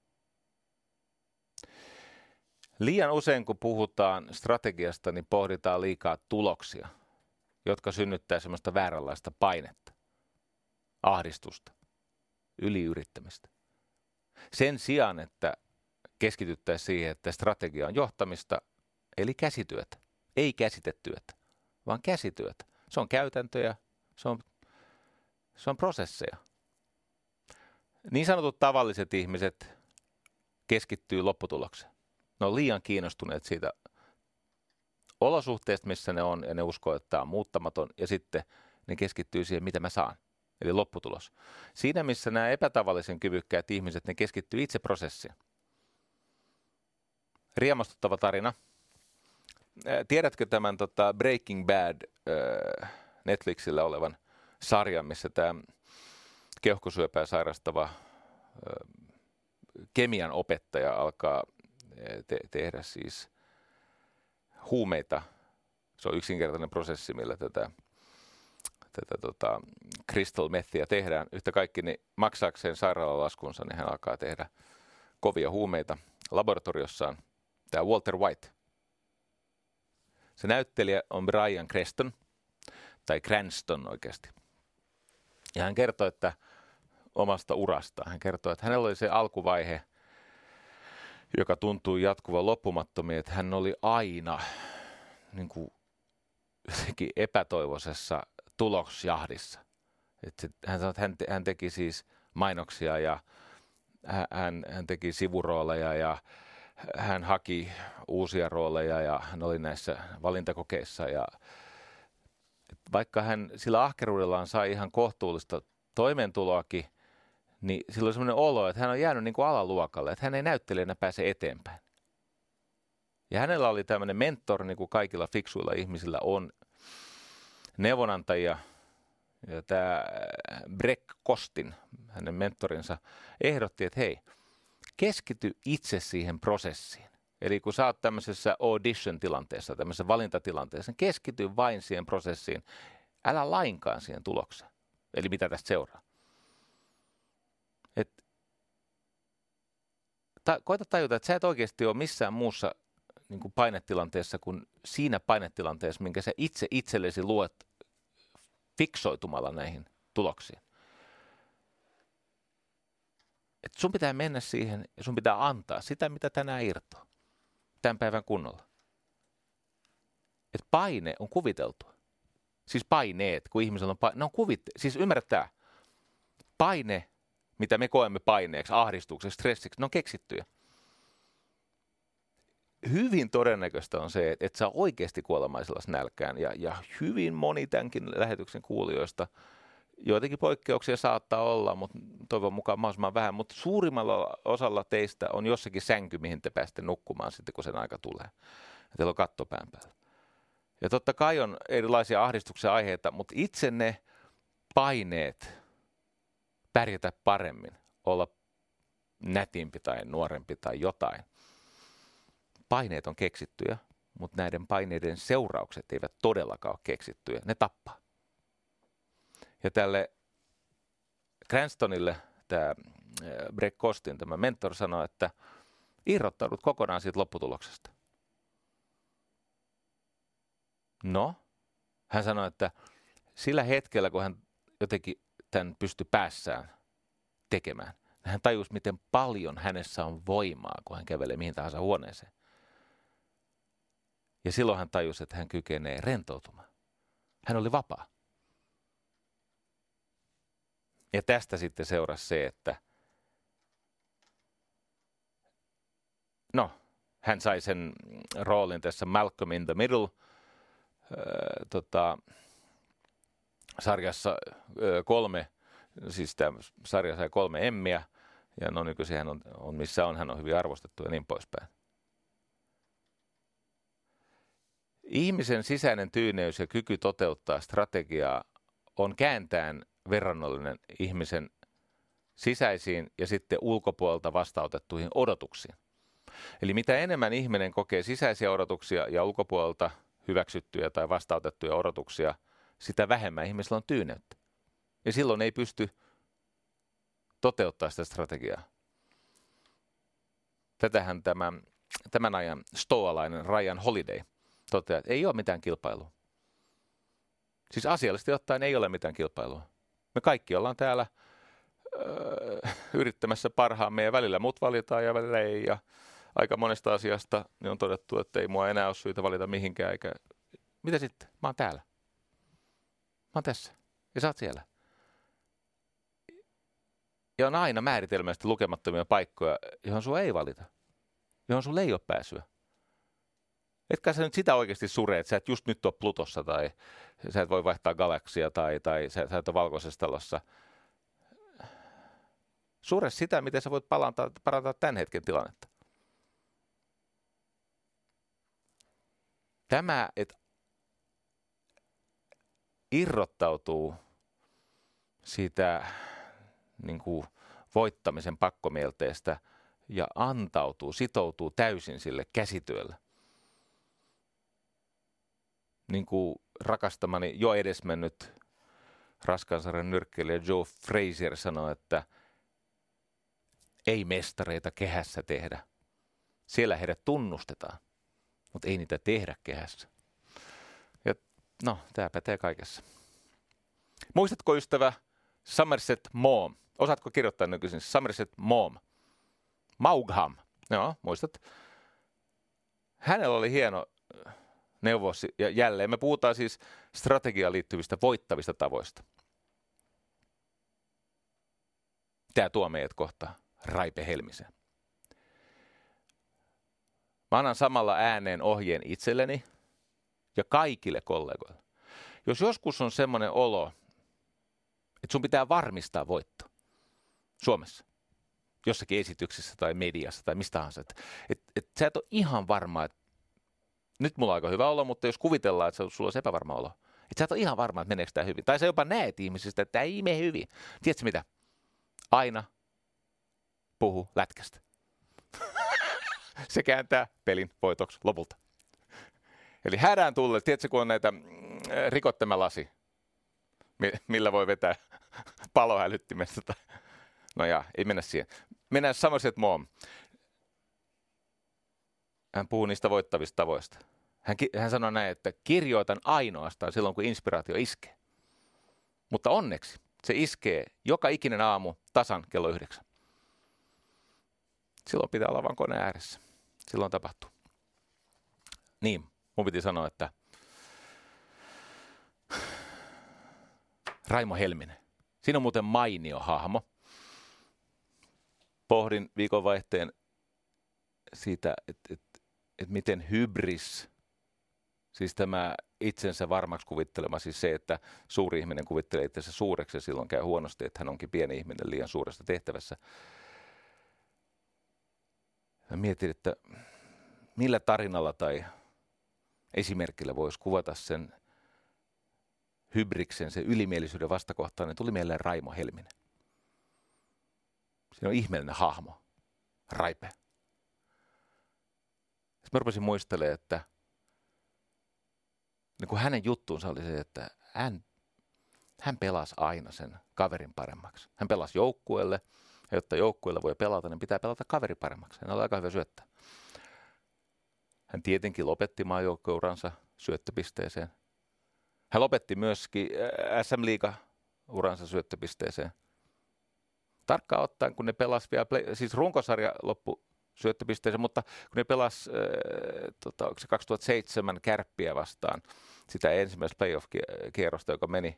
Liian usein, kun puhutaan strategiasta, niin pohditaan liikaa tuloksia, jotka synnyttää semmoista vääränlaista painetta, ahdistusta, yliyrittämistä. Sen sijaan, että keskityttäisiin siihen, että strategia on johtamista, eli käsityötä. Ei käsitetyötä, vaan käsityötä. Se on käytäntöjä, se on prosesseja. Niin sanotut tavalliset ihmiset keskittyy lopputulokseen. Ne on liian kiinnostuneet siitä olosuhteesta, missä ne on, ja ne uskoo, että tämä on muuttamaton, ja sitten ne keskittyy siihen, mitä mä saan, eli lopputulos. Siinä, missä nämä epätavallisen kyvykkäät ihmiset, ne keskittyy itse prosessiin. Riemastuttava tarina. Tiedätkö tämän Breaking Bad Netflixillä olevan sarjan, missä tämä keuhkosyöpää sairastava kemian opettaja alkaa tehdä siis huumeita. Se on yksinkertainen prosessi, millä tätä crystal methia tehdään. Yhtä kaikki niin maksaakseen sairaalalaskunsa, niin hän alkaa tehdä kovia huumeita laboratoriossaan. Tämä Walter White. Se näyttelijä on Bryan Cranston, tai Cranston oikeasti. Ja hän kertoi, että omasta urastaan. Hän kertoi, että hänellä oli se alkuvaihe, joka tuntui jatkuvan loppumattomiin, että hän oli aina niin kuin jotenkin epätoivoisessa tuloksjahdissa. Hän sanoi, että hän teki siis mainoksia ja hän teki sivurooleja ja hän haki uusia rooleja ja hän oli näissä valintakokeissa. Ja vaikka hän sillä ahkeruudellaan sai ihan kohtuullista toimeentuloakin, niin sillä oli sellainen olo, että hän on jäänyt niin kuin alaluokalle, että hän ei näyttelijänä pääse eteenpäin. Ja hänellä oli tämmöinen mentor, niin kuin kaikilla fiksuilla ihmisillä on, neuvonantajia. Ja tämä Breck Kostin, hänen mentorinsa, ehdotti, että hei, keskity itse siihen prosessiin. Eli kun sä oot tämmöisessä audition-tilanteessa, tämmöisessä valintatilanteessa, niin keskity vain siihen prosessiin. Älä lainkaan siihen tulokseen. Eli mitä tästä seuraa. Koita tajuta, että sä et oikeasti ole missään muussa niin kuin painetilanteessa kuin siinä painetilanteessa, minkä sä itse itsellesi luot fiksoitumalla näihin tuloksiin. Et sun pitää mennä siihen ja sun pitää antaa sitä, mitä tänään irtoaa. Tämän päivän kunnolla. Et paine on kuviteltua. Siis paineet, kun ihmisellä on ne on siis ymmärrät paine, mitä me koemme paineeksi, ahdistukseksi, stressiksi, ne on keksittyjä. Hyvin todennäköistä on se, että et saa oikeasti kuolemaisella nälkään. Ja hyvin moni tämänkin lähetyksen kuulijoista, joitakin poikkeuksia saattaa olla, mutta toivon mukaan mahdollisimman vähän. Mutta suurimmalla osalla teistä on jossakin sänky, mihin te pääsette nukkumaan sitten, kun sen aika tulee. Ja teillä on katto pään päällä. Ja totta kai on erilaisia ahdistuksen aiheita, mutta itse ne paineet pärjätä paremmin, olla nätimpi tai nuorempi tai jotain. Paineet on keksittyjä, mutta näiden paineiden seuraukset eivät todellakaan ole keksittyjä. Ne tappaa. Ja tälle Cranstonille tämä Breck Kostin, tämä mentor, sanoi, että irrottaudut kokonaan siitä lopputuloksesta. No, hän sanoi, että sillä hetkellä, kun hän jotenkin tämän pystyi päässään tekemään, hän tajusi, miten paljon hänessä on voimaa, kun hän kävelee mihin tahansa huoneeseen. Ja silloin hän tajusi, että hän kykenee rentoutumaan. Hän oli vapaa. Ja tästä sitten seurasi se, että hän sai sen roolin tässä Malcolm in the Middle sarjassa 3, siis tämä sarja sai 3 Emmyä, ja no nykyisin hän on missä on, hän on hyvin arvostettu ja niin poispäin. Ihmisen sisäinen tyyneys ja kyky toteuttaa strategiaa on kääntäen verrannollinen ihmisen sisäisiin ja sitten ulkopuolelta vastaanotettuihin odotuksiin. Eli mitä enemmän ihminen kokee sisäisiä odotuksia ja ulkopuolelta hyväksyttyjä tai vastaanotettuja odotuksia, sitä vähemmän ihmisellä on tyyneyttä. Ja silloin ei pysty toteuttaa sitä strategiaa. Tätähän tämän ajan stoalainen Ryan Holiday toteaa, että ei ole mitään kilpailua. Siis asiallisesti ottaen ei ole mitään kilpailua. Me kaikki ollaan täällä yrittämässä parhaamme ja välillä mut valitaan ja välillä ei. Ja aika monesta asiasta niin on todettu, että ei mua enää ole syytä valita mihinkään. Eikä... Mitä sitten? Mä oon täällä. Mä oon tässä. Ja sä oot siellä. Ja on aina määritelmästi lukemattomia paikkoja, johon sua ei valita. Johon sulla ei ole pääsyä. Etkä sä nyt sitä oikeasti sure, että sä et just nyt ole Plutossa tai sä et voi vaihtaa galaksia tai sä et ole valkoisessa talossa. Sure sitä, miten sä voit parantaa tämän hetken tilannetta. Tämä, että irrottautuu siitä niin kuin voittamisen pakkomielteestä ja antautuu, sitoutuu täysin sille käsityölle. Niin kuin rakastamani jo edesmennyt Raskansarjan nyrkkeilijä Joe Frazier sanoi, että ei mestareita kehässä tehdä. Siellä heidät tunnustetaan, mutta ei niitä tehdä kehässä. Ja no, tämä pätee kaikessa. Muistatko, ystävä, Somerset Maugham? Osaatko kirjoittaa nykyisin? Somerset Maugham. Maugham. Joo, muistat. Hänellä oli hieno neuvos, ja jälleen me puhutaan siis strategiaan liittyvistä voittavista tavoista. Tämä tuo meidät kohta Raipe Helmiseen. Mä annan samalla ääneen ohjeen itselleni ja kaikille kollegoille. Jos joskus on semmoinen olo, että sun pitää varmistaa voitto Suomessa, jossakin esityksessä tai mediassa tai mistä tahansa, että sä et ole ihan varma, että nyt mulla on aika hyvä olo, mutta jos kuvitellaan, että sulla on epävarma olo, että sä et ole ihan varma, että meneekö tämä hyvin. Tai sä jopa näet ihmisistä, että tämä ei mene hyvin. Tiedätkö mitä? Aina puhu lätkästä. Se kääntää pelin voitoksi lopulta. Eli hädään tulle, tiedätkö kun on näitä rikottemalasi, millä voi vetää palohälyttimestä. No ja, ei mennä siihen. Mennään Somerset Maugham. Hän puhuu niistä voittavista tavoista. Hän sanoi näin, että kirjoitan ainoastaan silloin, kun inspiraatio iskee. Mutta onneksi se iskee joka ikinen aamu tasan kello 9. Silloin pitää olla vain koneen ääressä. Silloin tapahtuu. Niin, mun piti sanoa, että Raimo Helminen. Siinä on muuten mainio hahmo. Pohdin viikonvaihteen siitä, että miten hybris, siis tämä itsensä varmaksi kuvittelema, siis se, että suuri ihminen kuvittelee itsensä suureksi ja silloin käy huonosti, että hän onkin pieni ihminen liian suuresta tehtävässä. Mä mietin, että millä tarinalla tai esimerkillä voisi kuvata sen hybriksen, sen ylimielisyyden vastakohtaan, niin tuli mieleen Raimo Helminen. Siinä on ihmeellinen hahmo, Raipe. Sitten mä rupesin muistelemaan, että niin kun hänen juttuunsa oli se, että hän pelasi aina sen kaverin paremmaksi. Hän pelasi joukkueelle, ja jotta joukkueella voi pelata, niin pitää pelata kaveri paremmaksi. Hän oli aika hyvä syöttää. Hän tietenkin lopetti maajoukkueuransa syöttöpisteeseen. Hän lopetti myöskin SM-liiga-uransa syöttöpisteeseen. Tarkkaan ottaen, kun ne pelasi vielä, siis runkosarja loppu syöttöpisteeseen, mutta kun ne pelasi 2007 Kärppiä vastaan, sitä ensimmäistä playoff-kierrosta, joka meni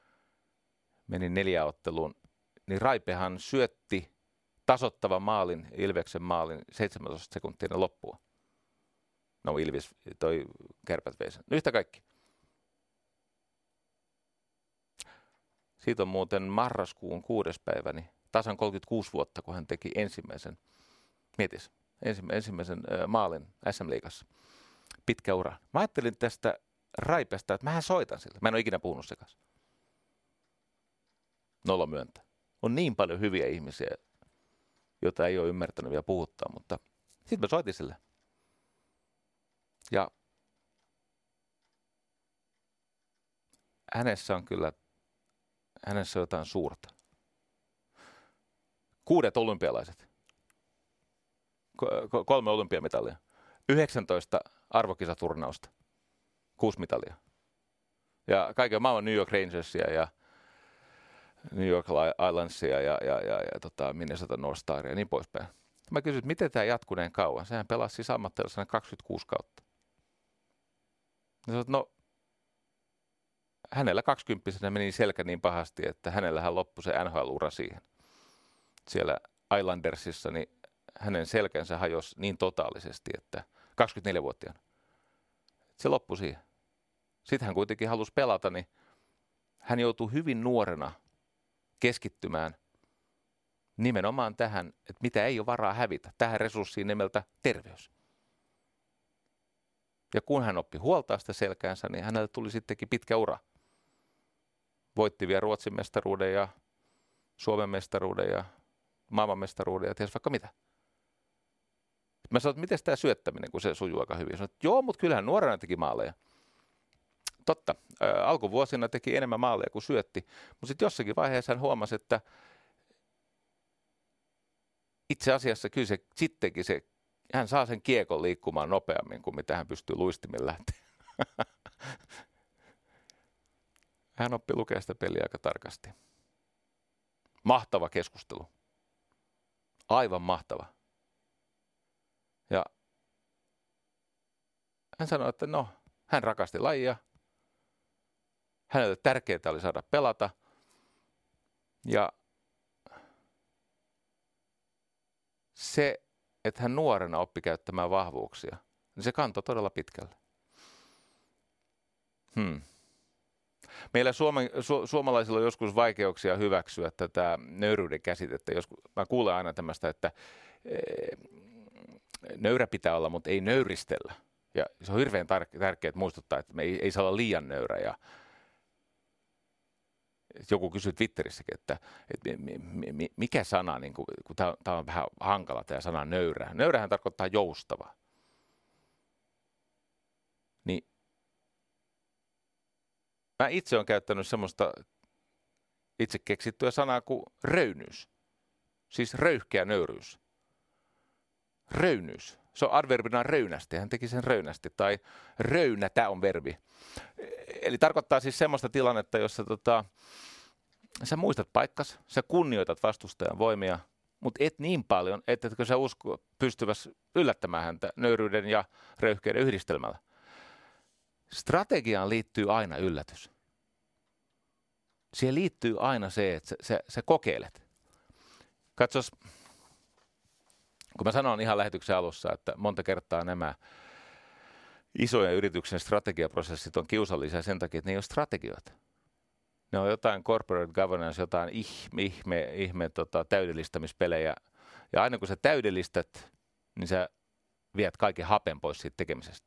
4 otteluun, niin Raipehan syötti tasoittavan maalin, Ilveksen maalin 17 sekuntia loppua. No Ilves, toi Kärpät vei sen. Yhtä kaikki. Siitä on muuten marraskuun 6. päivä, niin tasan 36 vuotta, kun hän teki ensimmäisen maalin SM-liigassa. Pitkä ura. Mä ajattelin tästä Raipesta, että mähän soitan sille. Mä en ole ikinä puhunut se kanssa. Nolo myöntää. On niin paljon hyviä ihmisiä, joita ei ole ymmärtänyt vielä puhuttaa, mutta sitten mä soitin sille. Ja hänessä on jotain suurta. 6 olympialaiset. 3 olympiamitalia. 19 arvokisaturnausta. 6 mitalia. Ja kaiken maailman New York Rangersia ja New York Islandsia ja Minnesota North Staria ja niin poispäin. Mä kysyin, että miten tämä jatkuneen kauan? Sehän pelasi siis ammattilaisena 26 kautta. Ja sanoin, no hänellä 20-vuotiaana meni selkä niin pahasti, että hänellähän loppui se NHL-ura siihen. Siellä Islandersissa niin hänen selkänsä hajosi niin totaalisesti, että 24-vuotiaana. Se loppui siihen. Sitten hän kuitenkin halusi pelata, niin hän joutui hyvin nuorena keskittymään nimenomaan tähän, että mitä ei ole varaa hävitä, tähän resurssiin nimeltä terveys. Ja kun hän oppi huoltaa sitä selkäänsä, niin hänelle tuli sittenkin pitkä ura. Voitti vielä Ruotsin mestaruuden ja Suomen mestaruuden ja maailmanmestaruuden ja ties vaikka mitä. Mä sanoin, että miten tämä syöttäminen, kun se sujuu aika hyvin. Sanoin, että joo, mutta kyllähän nuorena teki maaleja. Totta, alkuvuosina teki enemmän maaleja kuin syötti, mutta sitten jossakin vaiheessa hän huomasi, että itse asiassa kyllä se sittenkin hän saa sen kiekon liikkumaan nopeammin kuin mitä hän pystyy luistimin lähteä. Hän oppi lukea sitä peliä aika tarkasti. Mahtava keskustelu. Aivan mahtava. Ja hän sanoi, että no, hän rakasti lajia. Hänelle tärkeää oli saada pelata. Ja se, että hän nuorena oppi käyttämään vahvuuksia, niin se kantoi todella pitkälle. Meillä suomalaisilla on joskus vaikeuksia hyväksyä tätä nöyryyden käsitettä. Mä kuulen aina tämmöistä, että nöyrä pitää olla, mutta ei nöyristellä. Ja se on hirveän tärkeää muistuttaa, että me ei saa olla liian nöyrä. Ja joku kysyi Twitterissäkin, että mikä sana, niin kun tämä on vähän hankala tämä sana nöyrä. Nöyrähän tarkoittaa joustava. Niin mä itse olen käyttänyt semmoista itse keksittyä sanaa kuin röynyys. Siis röyhkeä nöyryys. Röynyys. Se on adverbina röynästi. Hän teki sen röynästi. Tai röynätä on verbi. Eli tarkoittaa siis semmoista tilannetta, jossa sä muistat paikkas, sä kunnioitat vastustajan voimia, mutta et niin paljon, että sä usko pystyväs yllättämään häntä nöyryyden ja röyhkeyden yhdistelmällä. Strategiaan liittyy aina yllätys. Siihen liittyy aina se, että sä kokeilet. Katsos, kun mä sanon ihan lähetyksen alussa, että monta kertaa nämä isojen yrityksen strategiaprosessit on kiusallisia sen takia, että ne ei ole strategioita. Ne on jotain corporate governance, jotain ihme täydellistämispelejä. Ja aina kun sä täydellistät, niin sä viet kaiken hapen pois siitä tekemisestä.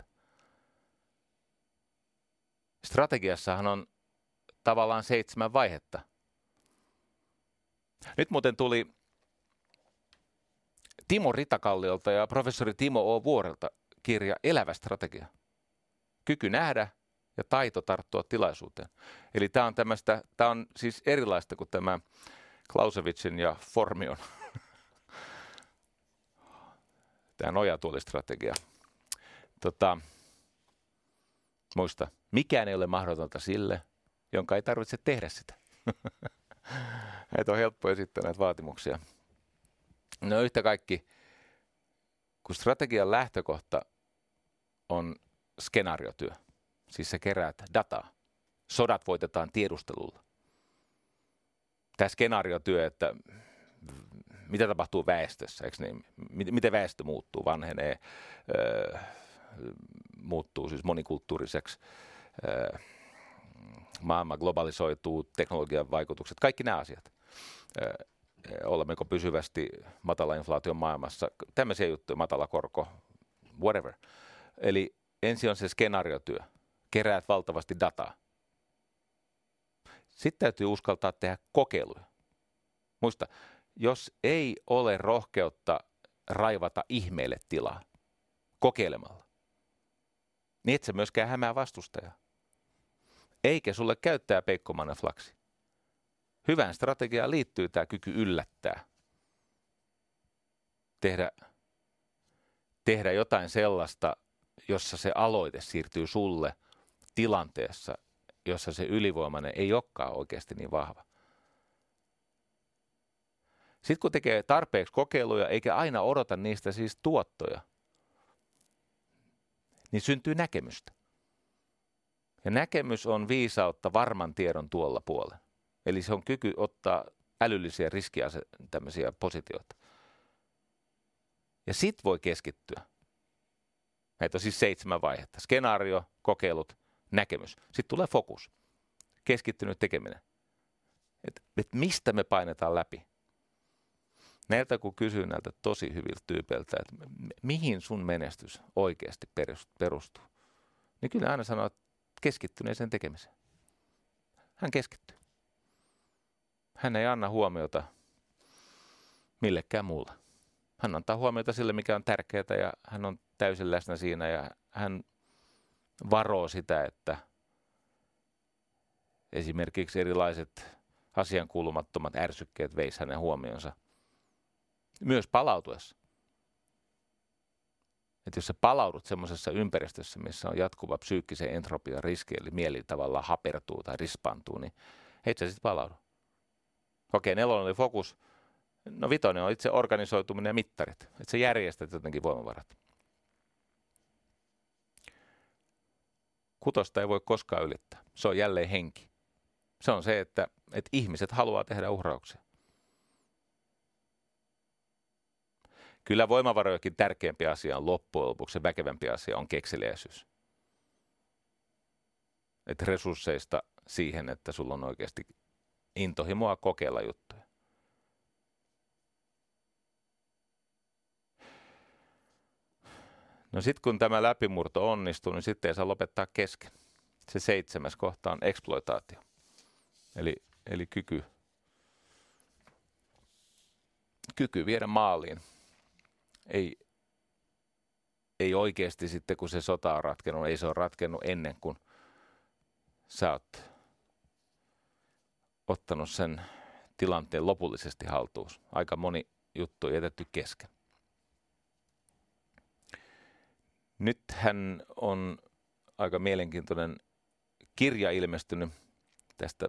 Strategiassahan on tavallaan 7 vaihetta. Nyt muuten tuli Timo Ritakalliolta ja professori Timo O. Vuorelta kirja Elävä strategia. Kyky nähdä ja taito tarttua tilaisuuteen. Eli tämä on siis erilaista kuin tämä Clausewitzin ja Formion tämä nojatuolistrategia. Muista, mikään ei ole mahdotonta sille, jonka ei tarvitse tehdä sitä. Näitä on helppo esittää näitä vaatimuksia. No yhtä kaikki, kun strategian lähtökohta on skenaariotyö, siis sä keräät dataa. Sodat voitetaan tiedustelulla. Tämä skenaariotyö, että mitä tapahtuu väestössä, eikö niin? Miten väestö muuttuu, vanhenee, muuttuu siis monikulttuuriseksi, maailma globalisoituu, teknologian vaikutukset, kaikki nämä asiat. Olemmeko pysyvästi matala inflaation maailmassa, tämmöisiä juttuja, matala korko, whatever. Eli ensin on se skenaariotyö, keräät valtavasti dataa. Sitten täytyy uskaltaa tehdä kokeiluja. Muista, jos ei ole rohkeutta raivata ihmeelle tilaa kokeilemalla, niin et sä myöskään hämää vastustajaa. Eikä sulle käyttää peikkomainen flaksi. Hyvään strategiaan liittyy tämä kyky yllättää. Tehdä jotain sellaista, jossa se aloite siirtyy sulle tilanteessa, jossa se ylivoimainen ei olekaan oikeasti niin vahva. Sitten kun tekee tarpeeksi kokeiluja, eikä aina odota niistä siis tuottoja, niin syntyy näkemystä. Ja näkemys on viisautta varman tiedon tuolla puolella. Eli se on kyky ottaa älyllisiä tämmöisiä positioita. Ja sit voi keskittyä. Näitä on siis 7 vaihetta. Skenaario, kokeilut, näkemys. Sitten tulee fokus. Keskittynyt tekeminen. Et mistä me painetaan läpi? Näiltä kun kysyy näiltä tosi hyviltä tyypeiltä, että mihin sun menestys oikeasti perustuu, niin kyllä aina sanoo, että keskittyneeseen tekemiseen. Hän keskittyy. Hän ei anna huomiota millekään muulle. Hän antaa huomiota sille, mikä on tärkeää, ja hän on täysin läsnä siinä, ja hän varoo sitä, että esimerkiksi erilaiset asiankuulumattomat ärsykkeet veisi hänen huomionsa myös palautuessa. Että jos sä palaudut semmoisessa ympäristössä, missä on jatkuva psyykkisen entropian riski, eli mieli tavallaan hapertuu tai rispaantuu, niin et sä sitten palaudu. Okei, 4 oli fokus. No 5 on itse organisoituminen ja mittarit. Että sä järjestät jotenkin voimavarat. 6 ei voi koskaan ylittää. Se on jälleen henki. Se on se, että ihmiset haluaa tehdä uhrauksia. Kyllä voimavarojakin tärkeämpi asia on loppujen lopuksi, väkevämpi asia on kekseliäisyys. Että resursseista siihen, että sulla on oikeasti intohimoa kokeilla juttuja. No sitten kun tämä läpimurto onnistuu, niin sitten ei saa lopettaa kesken. Se 7. kohta on eksploitaatio. Eli kyky viedä maaliin. Ei oikeasti sitten, kun se sota on ratkennut, ei se ole ratkennut ennen kuin sä oot ottanut sen tilanteen lopullisesti haltuun. Aika moni juttu on jätetty kesken. Nythän on aika mielenkiintoinen kirja ilmestynyt tästä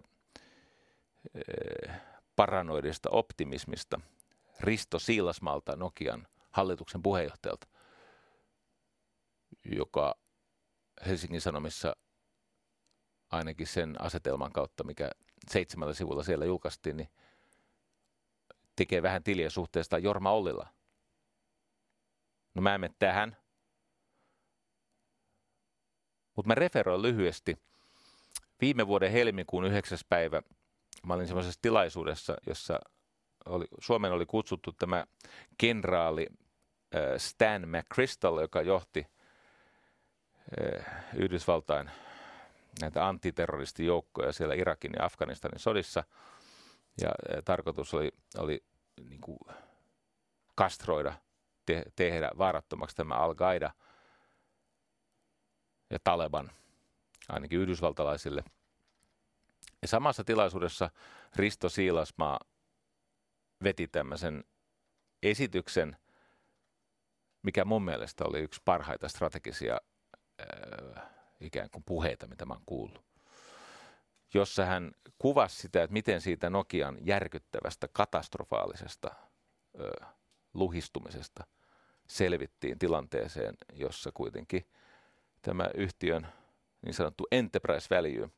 paranoidista optimismista Risto Siilasmaalta, Nokian hallituksen puheenjohtajalta, joka Helsingin Sanomissa ainakin sen asetelman kautta, mikä 7 sivulla siellä julkaistiin, niin tekee vähän tiliä suhteesta Jorma Ollila. No mä en mene tähän, mutta mä referoin lyhyesti. Viime vuoden helmikuun 9. päivä mä olin semmoisessa tilaisuudessa, jossa Suomeen oli kutsuttu tämä kenraali Stan McChrystal, joka johti Yhdysvaltain näitä antiterroristijoukkoja siellä Irakin ja Afganistanin sodissa. Ja tarkoitus oli niin kuin kastroida, tehdä vaarattomaksi tämä Al-Qaida ja Taleban, ainakin yhdysvaltalaisille. Ja samassa tilaisuudessa Risto Siilasmaa veti tämmöisen esityksen, mikä mun mielestä oli yksi parhaita strategisia ikään kuin puheita, mitä mä oon kuullut. Jossa hän kuvasi sitä, että miten siitä Nokian järkyttävästä, katastrofaalisesta luhistumisesta selvittiin tilanteeseen, jossa kuitenkin tämä yhtiön niin sanottu enterprise value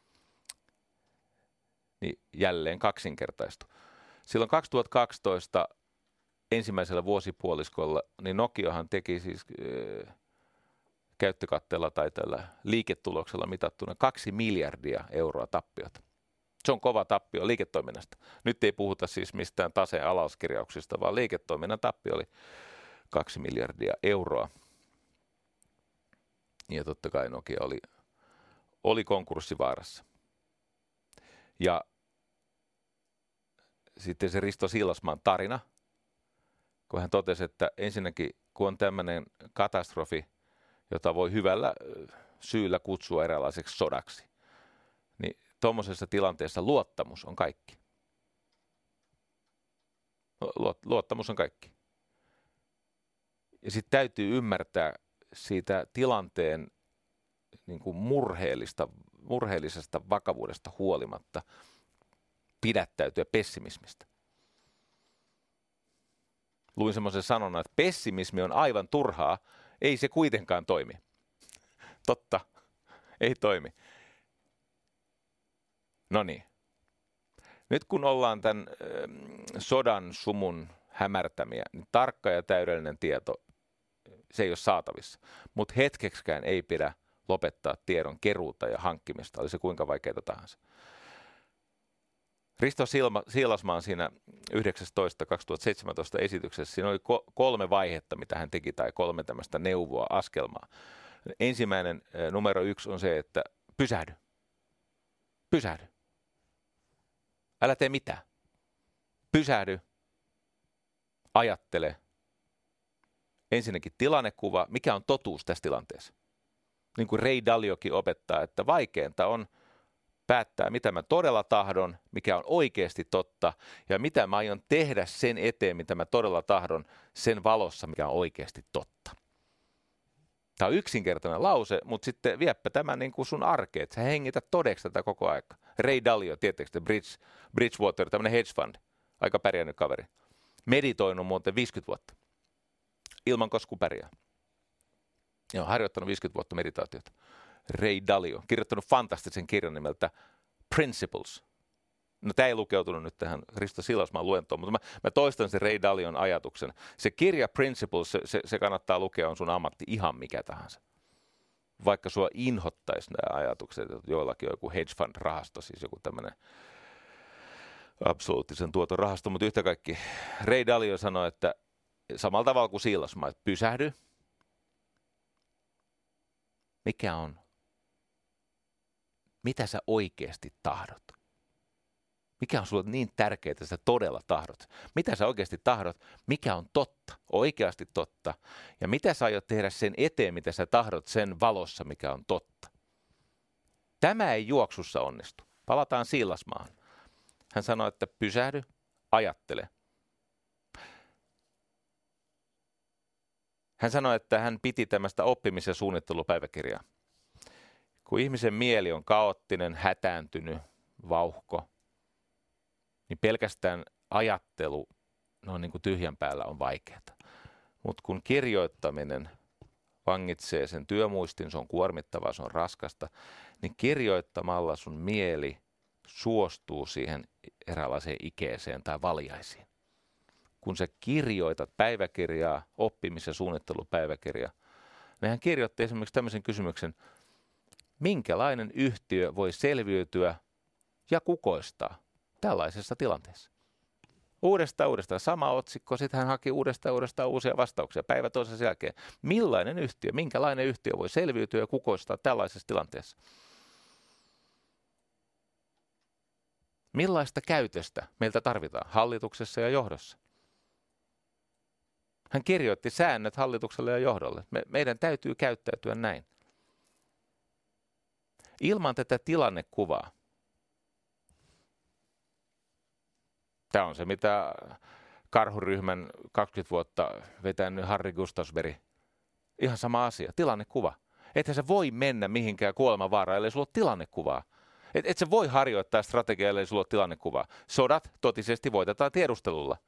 niin jälleen kaksinkertaistui. Silloin 2012 ensimmäisellä vuosipuoliskolla, niin Nokiahan teki siis käyttökatteella tai tällä liiketuloksella mitattuna 2 miljardia euroa tappiota. Se on kova tappio liiketoiminnasta. Nyt ei puhuta siis mistään taseen alauskirjauksista, vaan liiketoiminnan tappio oli 2 miljardia euroa. Ja totta kai Nokia oli konkurssivaarassa. Ja sitten se Risto Siilasmaan tarina, kun hän totesi, että ensinnäkin kun on tämmöinen katastrofi, jota voi hyvällä syyllä kutsua eräänlaiseksi sodaksi, niin tuommoisessa tilanteessa luottamus on kaikki. Luottamus on kaikki. Ja sitten täytyy ymmärtää siitä tilanteen niin kuin murheellisesta vakavuudesta huolimatta pidättäytyä pessimismistä. Luin semmoisen sanonnan, että pessimismi on aivan turhaa, ei se kuitenkaan toimi. Totta, ei toimi. No niin. Nyt kun ollaan tämän sodan sumun hämärtämiä, niin tarkka ja täydellinen tieto, se ei ole saatavissa. Mutta hetkeksikään ei pidä lopettaa tiedon keruuta ja hankkimista, oli se kuinka vaikeaa tahansa. Risto Siilasmaan siinä 19.2017 esityksessä, siinä oli 3 vaihetta, mitä hän teki, tai 3 tämmöistä neuvoa, askelmaa. Ensimmäinen, numero 1 on se, että pysähdy. Pysähdy. Älä tee mitään. Pysähdy. Ajattele. Ensinnäkin tilannekuva, mikä on totuus tässä tilanteessa. Niin kuin Ray Daliokin opettaa, että vaikeinta on päättää, mitä mä todella tahdon, mikä on oikeasti totta, ja mitä mä aion tehdä sen eteen, mitä mä todella tahdon, sen valossa, mikä on oikeasti totta. Tämä on yksinkertainen lause, mutta sitten viepä tämän niin kuin sun arkeen, että sä hengität todeksi tätä koko aika. Ray Dalio, tietysti Bridgewater, tämmöinen hedge fund, aika pärjännyt kaveri. Meditoinut muuten 50 vuotta, ilman kosku pärjää. Ja on harjoittanut 50 vuotta meditaatiota. Ray Dalio, kirjoittanut fantastisen kirjan nimeltä Principles. No tämä ei lukeutunut nyt tähän Risto Siilasmaan luentoon, mutta mä toistan sen Ray Dalion ajatuksen. Se kirja Principles, se kannattaa lukea, on sun ammatti ihan mikä tahansa. Vaikka sua inhottaisi nämä ajatukset, että joillakin on joku hedge fund-rahasto, siis joku tämmöinen absoluuttisen tuoton rahasto, mutta yhtä kaikki Ray Dalio sanoi, että samalla tavalla kuin Siilasmaa, että pysähdy. Mikä on? Mitä sä oikeasti tahdot? Mikä on sulle niin tärkeää, että sä todella tahdot? Mitä sä oikeasti tahdot? Mikä on totta? Oikeasti totta. Ja mitä sä aiot tehdä sen eteen, mitä sä tahdot sen valossa, mikä on totta? Tämä ei juoksussa onnistu. Palataan Siilasmaahan. Hän sanoi, että pysähdy, ajattele. Hän sanoi, että hän piti tämmöistä oppimis- ja suunnittelupäiväkirjaa. Kun ihmisen mieli on kaoottinen, hätääntynyt, vauhko, niin pelkästään ajattelu niin kuin tyhjän päällä on vaikeaa. Mutta kun kirjoittaminen vangitsee sen työmuistin, se on kuormittavaa, se on raskasta, niin kirjoittamalla sun mieli suostuu siihen eräänlaiseen ikeeseen tai valjaisiin. Kun sä kirjoitat päiväkirjaa, oppimis- ja suunnittelupäiväkirjaa, niin hän kirjoitti esimerkiksi tämmöisen kysymyksen, minkälainen yhtiö voi selviytyä ja kukoistaa tällaisessa tilanteessa. Uudestaan sama otsikko, sitten hän haki uudestaan uusia vastauksia päivä toisensa jälkeen. Millainen yhtiö, minkälainen yhtiö voi selviytyä ja kukoistaa tällaisessa tilanteessa? Millaista käytöstä meiltä tarvitaan hallituksessa ja johdossa? Hän kirjoitti säännöt hallitukselle ja johdolle. Meidän täytyy käyttäytyä näin. Ilman tätä tilannekuvaa. Tämä on se, mitä karhuryhmän 20 vuotta vetänyt Harry Gustafsberg. Ihan sama asia, tilannekuva. Ethän se voi mennä mihinkään kuolemanvaaraan, ellei sulla ole tilannekuvaa. Et se voi harjoittaa strategiaa, ellei sulla ole tilannekuvaa. Sodat totisesti voitetaan tiedustelulla.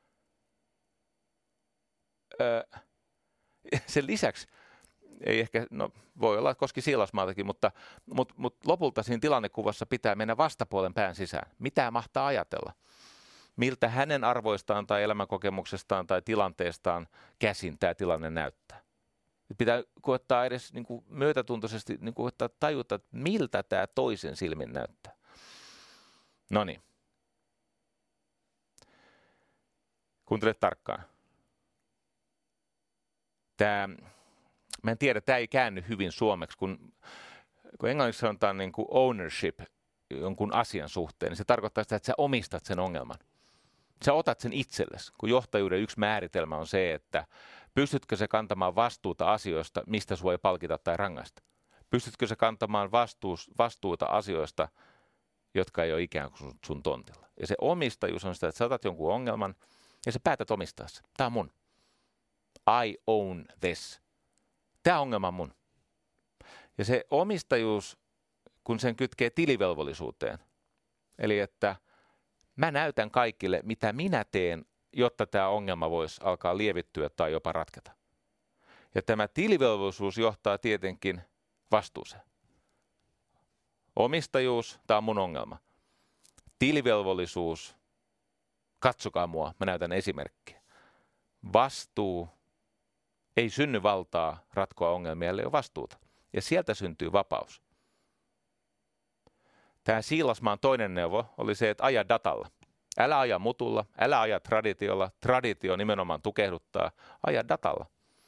Sen lisäksi, ei ehkä, no voi olla, että koski Siilasmaatakin, mutta lopulta siinä tilannekuvassa pitää mennä vastapuolen pään sisään. Mitä mahtaa ajatella? Miltä hänen arvoistaan tai elämänkokemuksestaan tai tilanteestaan käsin tämä tilanne näyttää? Pitää koettaa edes niin kuin myötätuntoisesti niin kuin koettaa tajuta, että miltä tämä toisen silmin näyttää. No niin. Kuuntele tarkkaan. Mä en tiedä, tämä ei käänny hyvin suomeksi, kun englanniksi sanotaan niin kuin ownership jonkun asian suhteen, niin se tarkoittaa sitä, että sä omistat sen ongelman. Sä otat sen itsellesi, kun johtajuuden yksi määritelmä on se, että pystytkö sä kantamaan vastuuta asioista, mistä sua ei palkita tai rangaista. Pystytkö sä kantamaan vastuuta asioista, jotka ei ole ikään kuin sun tontilla. Ja se omistajuus on sitä, että sä otat jonkun ongelman ja sä päätät omistaa sen. Tää on mun. I own this. Tää ongelma on mun. Ja se omistajuus, kun sen kytkee tilivelvollisuuteen, eli että mä näytän kaikille, mitä minä teen, jotta tämä ongelma voisi alkaa lievittyä tai jopa ratketa. Ja tämä tilivelvollisuus johtaa tietenkin vastuuseen. Omistajuus, tämä on mun ongelma. Tilivelvollisuus, katsokaa mua, mä näytän esimerkkiä. Vastuu, ei synny valtaa ratkoa ongelmia, ellei ole vastuuta. Ja sieltä syntyy vapaus. Tämä Siilasmaan toinen neuvo oli se, että aja datalla. Älä aja mutulla, älä aja traditiolla. Traditio nimenomaan tukehduttaa. Aja datalla.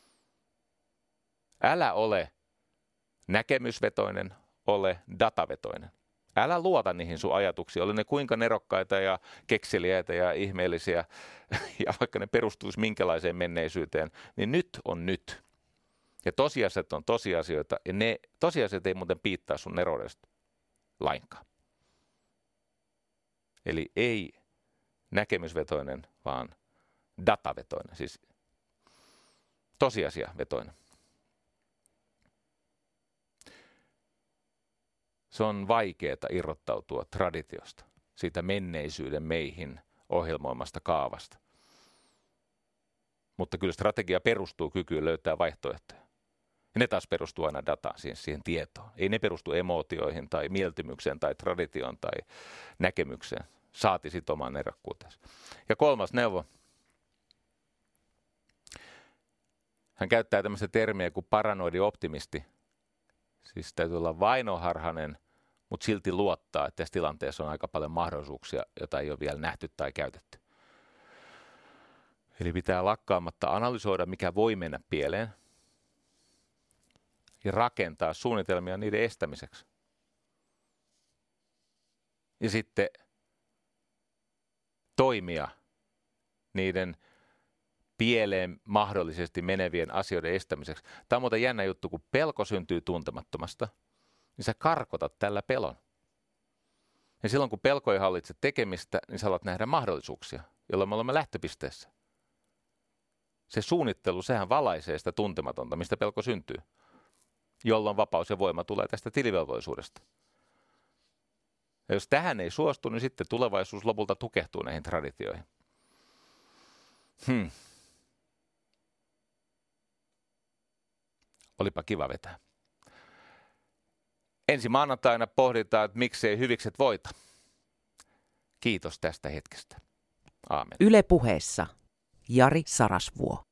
Älä ole näkemysvetoinen, ole datavetoinen. Älä luota niihin sun ajatuksiin, oli ne kuinka nerokkaita ja kekseliäitä ja ihmeellisiä, ja vaikka ne perustuisi minkälaiseen menneisyyteen, niin nyt on nyt. Ja tosiasiat on tosiasioita, ja ne tosiasiat ei muuten piittaa sun neroudesta lainkaan. Eli ei näkemysvetoinen, vaan datavetoinen, siis tosiasiavetoinen. Se on vaikeaa irrottautua traditiosta, siitä menneisyyden meihin ohjelmoimasta kaavasta. Mutta kyllä strategia perustuu kykyyn löytää vaihtoehtoja. Ja ne taas perustuu aina dataan, siihen tietoon. Ei ne perustu emootioihin tai mieltymykseen tai traditioon tai näkemykseen. Saati sit omaan nerokkuutensa. Ja kolmas neuvo. Hän käyttää tämmöistä termiä kuin paranoidi optimisti. Siis täytyy olla vainoharhainen, mutta silti luottaa, että tässä tilanteessa on aika paljon mahdollisuuksia, joita ei ole vielä nähty tai käytetty. Eli pitää lakkaamatta analysoida, mikä voi mennä pieleen, ja rakentaa suunnitelmia niiden estämiseksi. Ja sitten toimia niiden pieleen mahdollisesti menevien asioiden estämiseksi. Tämä on muuten jännä juttu, kun pelko syntyy tuntemattomasta, niin sä karkotat tällä pelon. Ja silloin kun pelko ei hallitse tekemistä, niin sä alat nähdä mahdollisuuksia, jolloin me olemme lähtöpisteessä. Se suunnittelu, sehän valaisee sitä tuntematonta, mistä pelko syntyy, jolloin vapaus ja voima tulee tästä tilivelvollisuudesta. Ja jos tähän ei suostu, niin sitten tulevaisuus lopulta tukehtuu näihin traditioihin. Olipa kiva vetää. Ensi maanantaina pohditaan, että miksei hyvikset voita. Kiitos tästä hetkestä. Aamen. Yle Puheessa Jari Sarasvuo.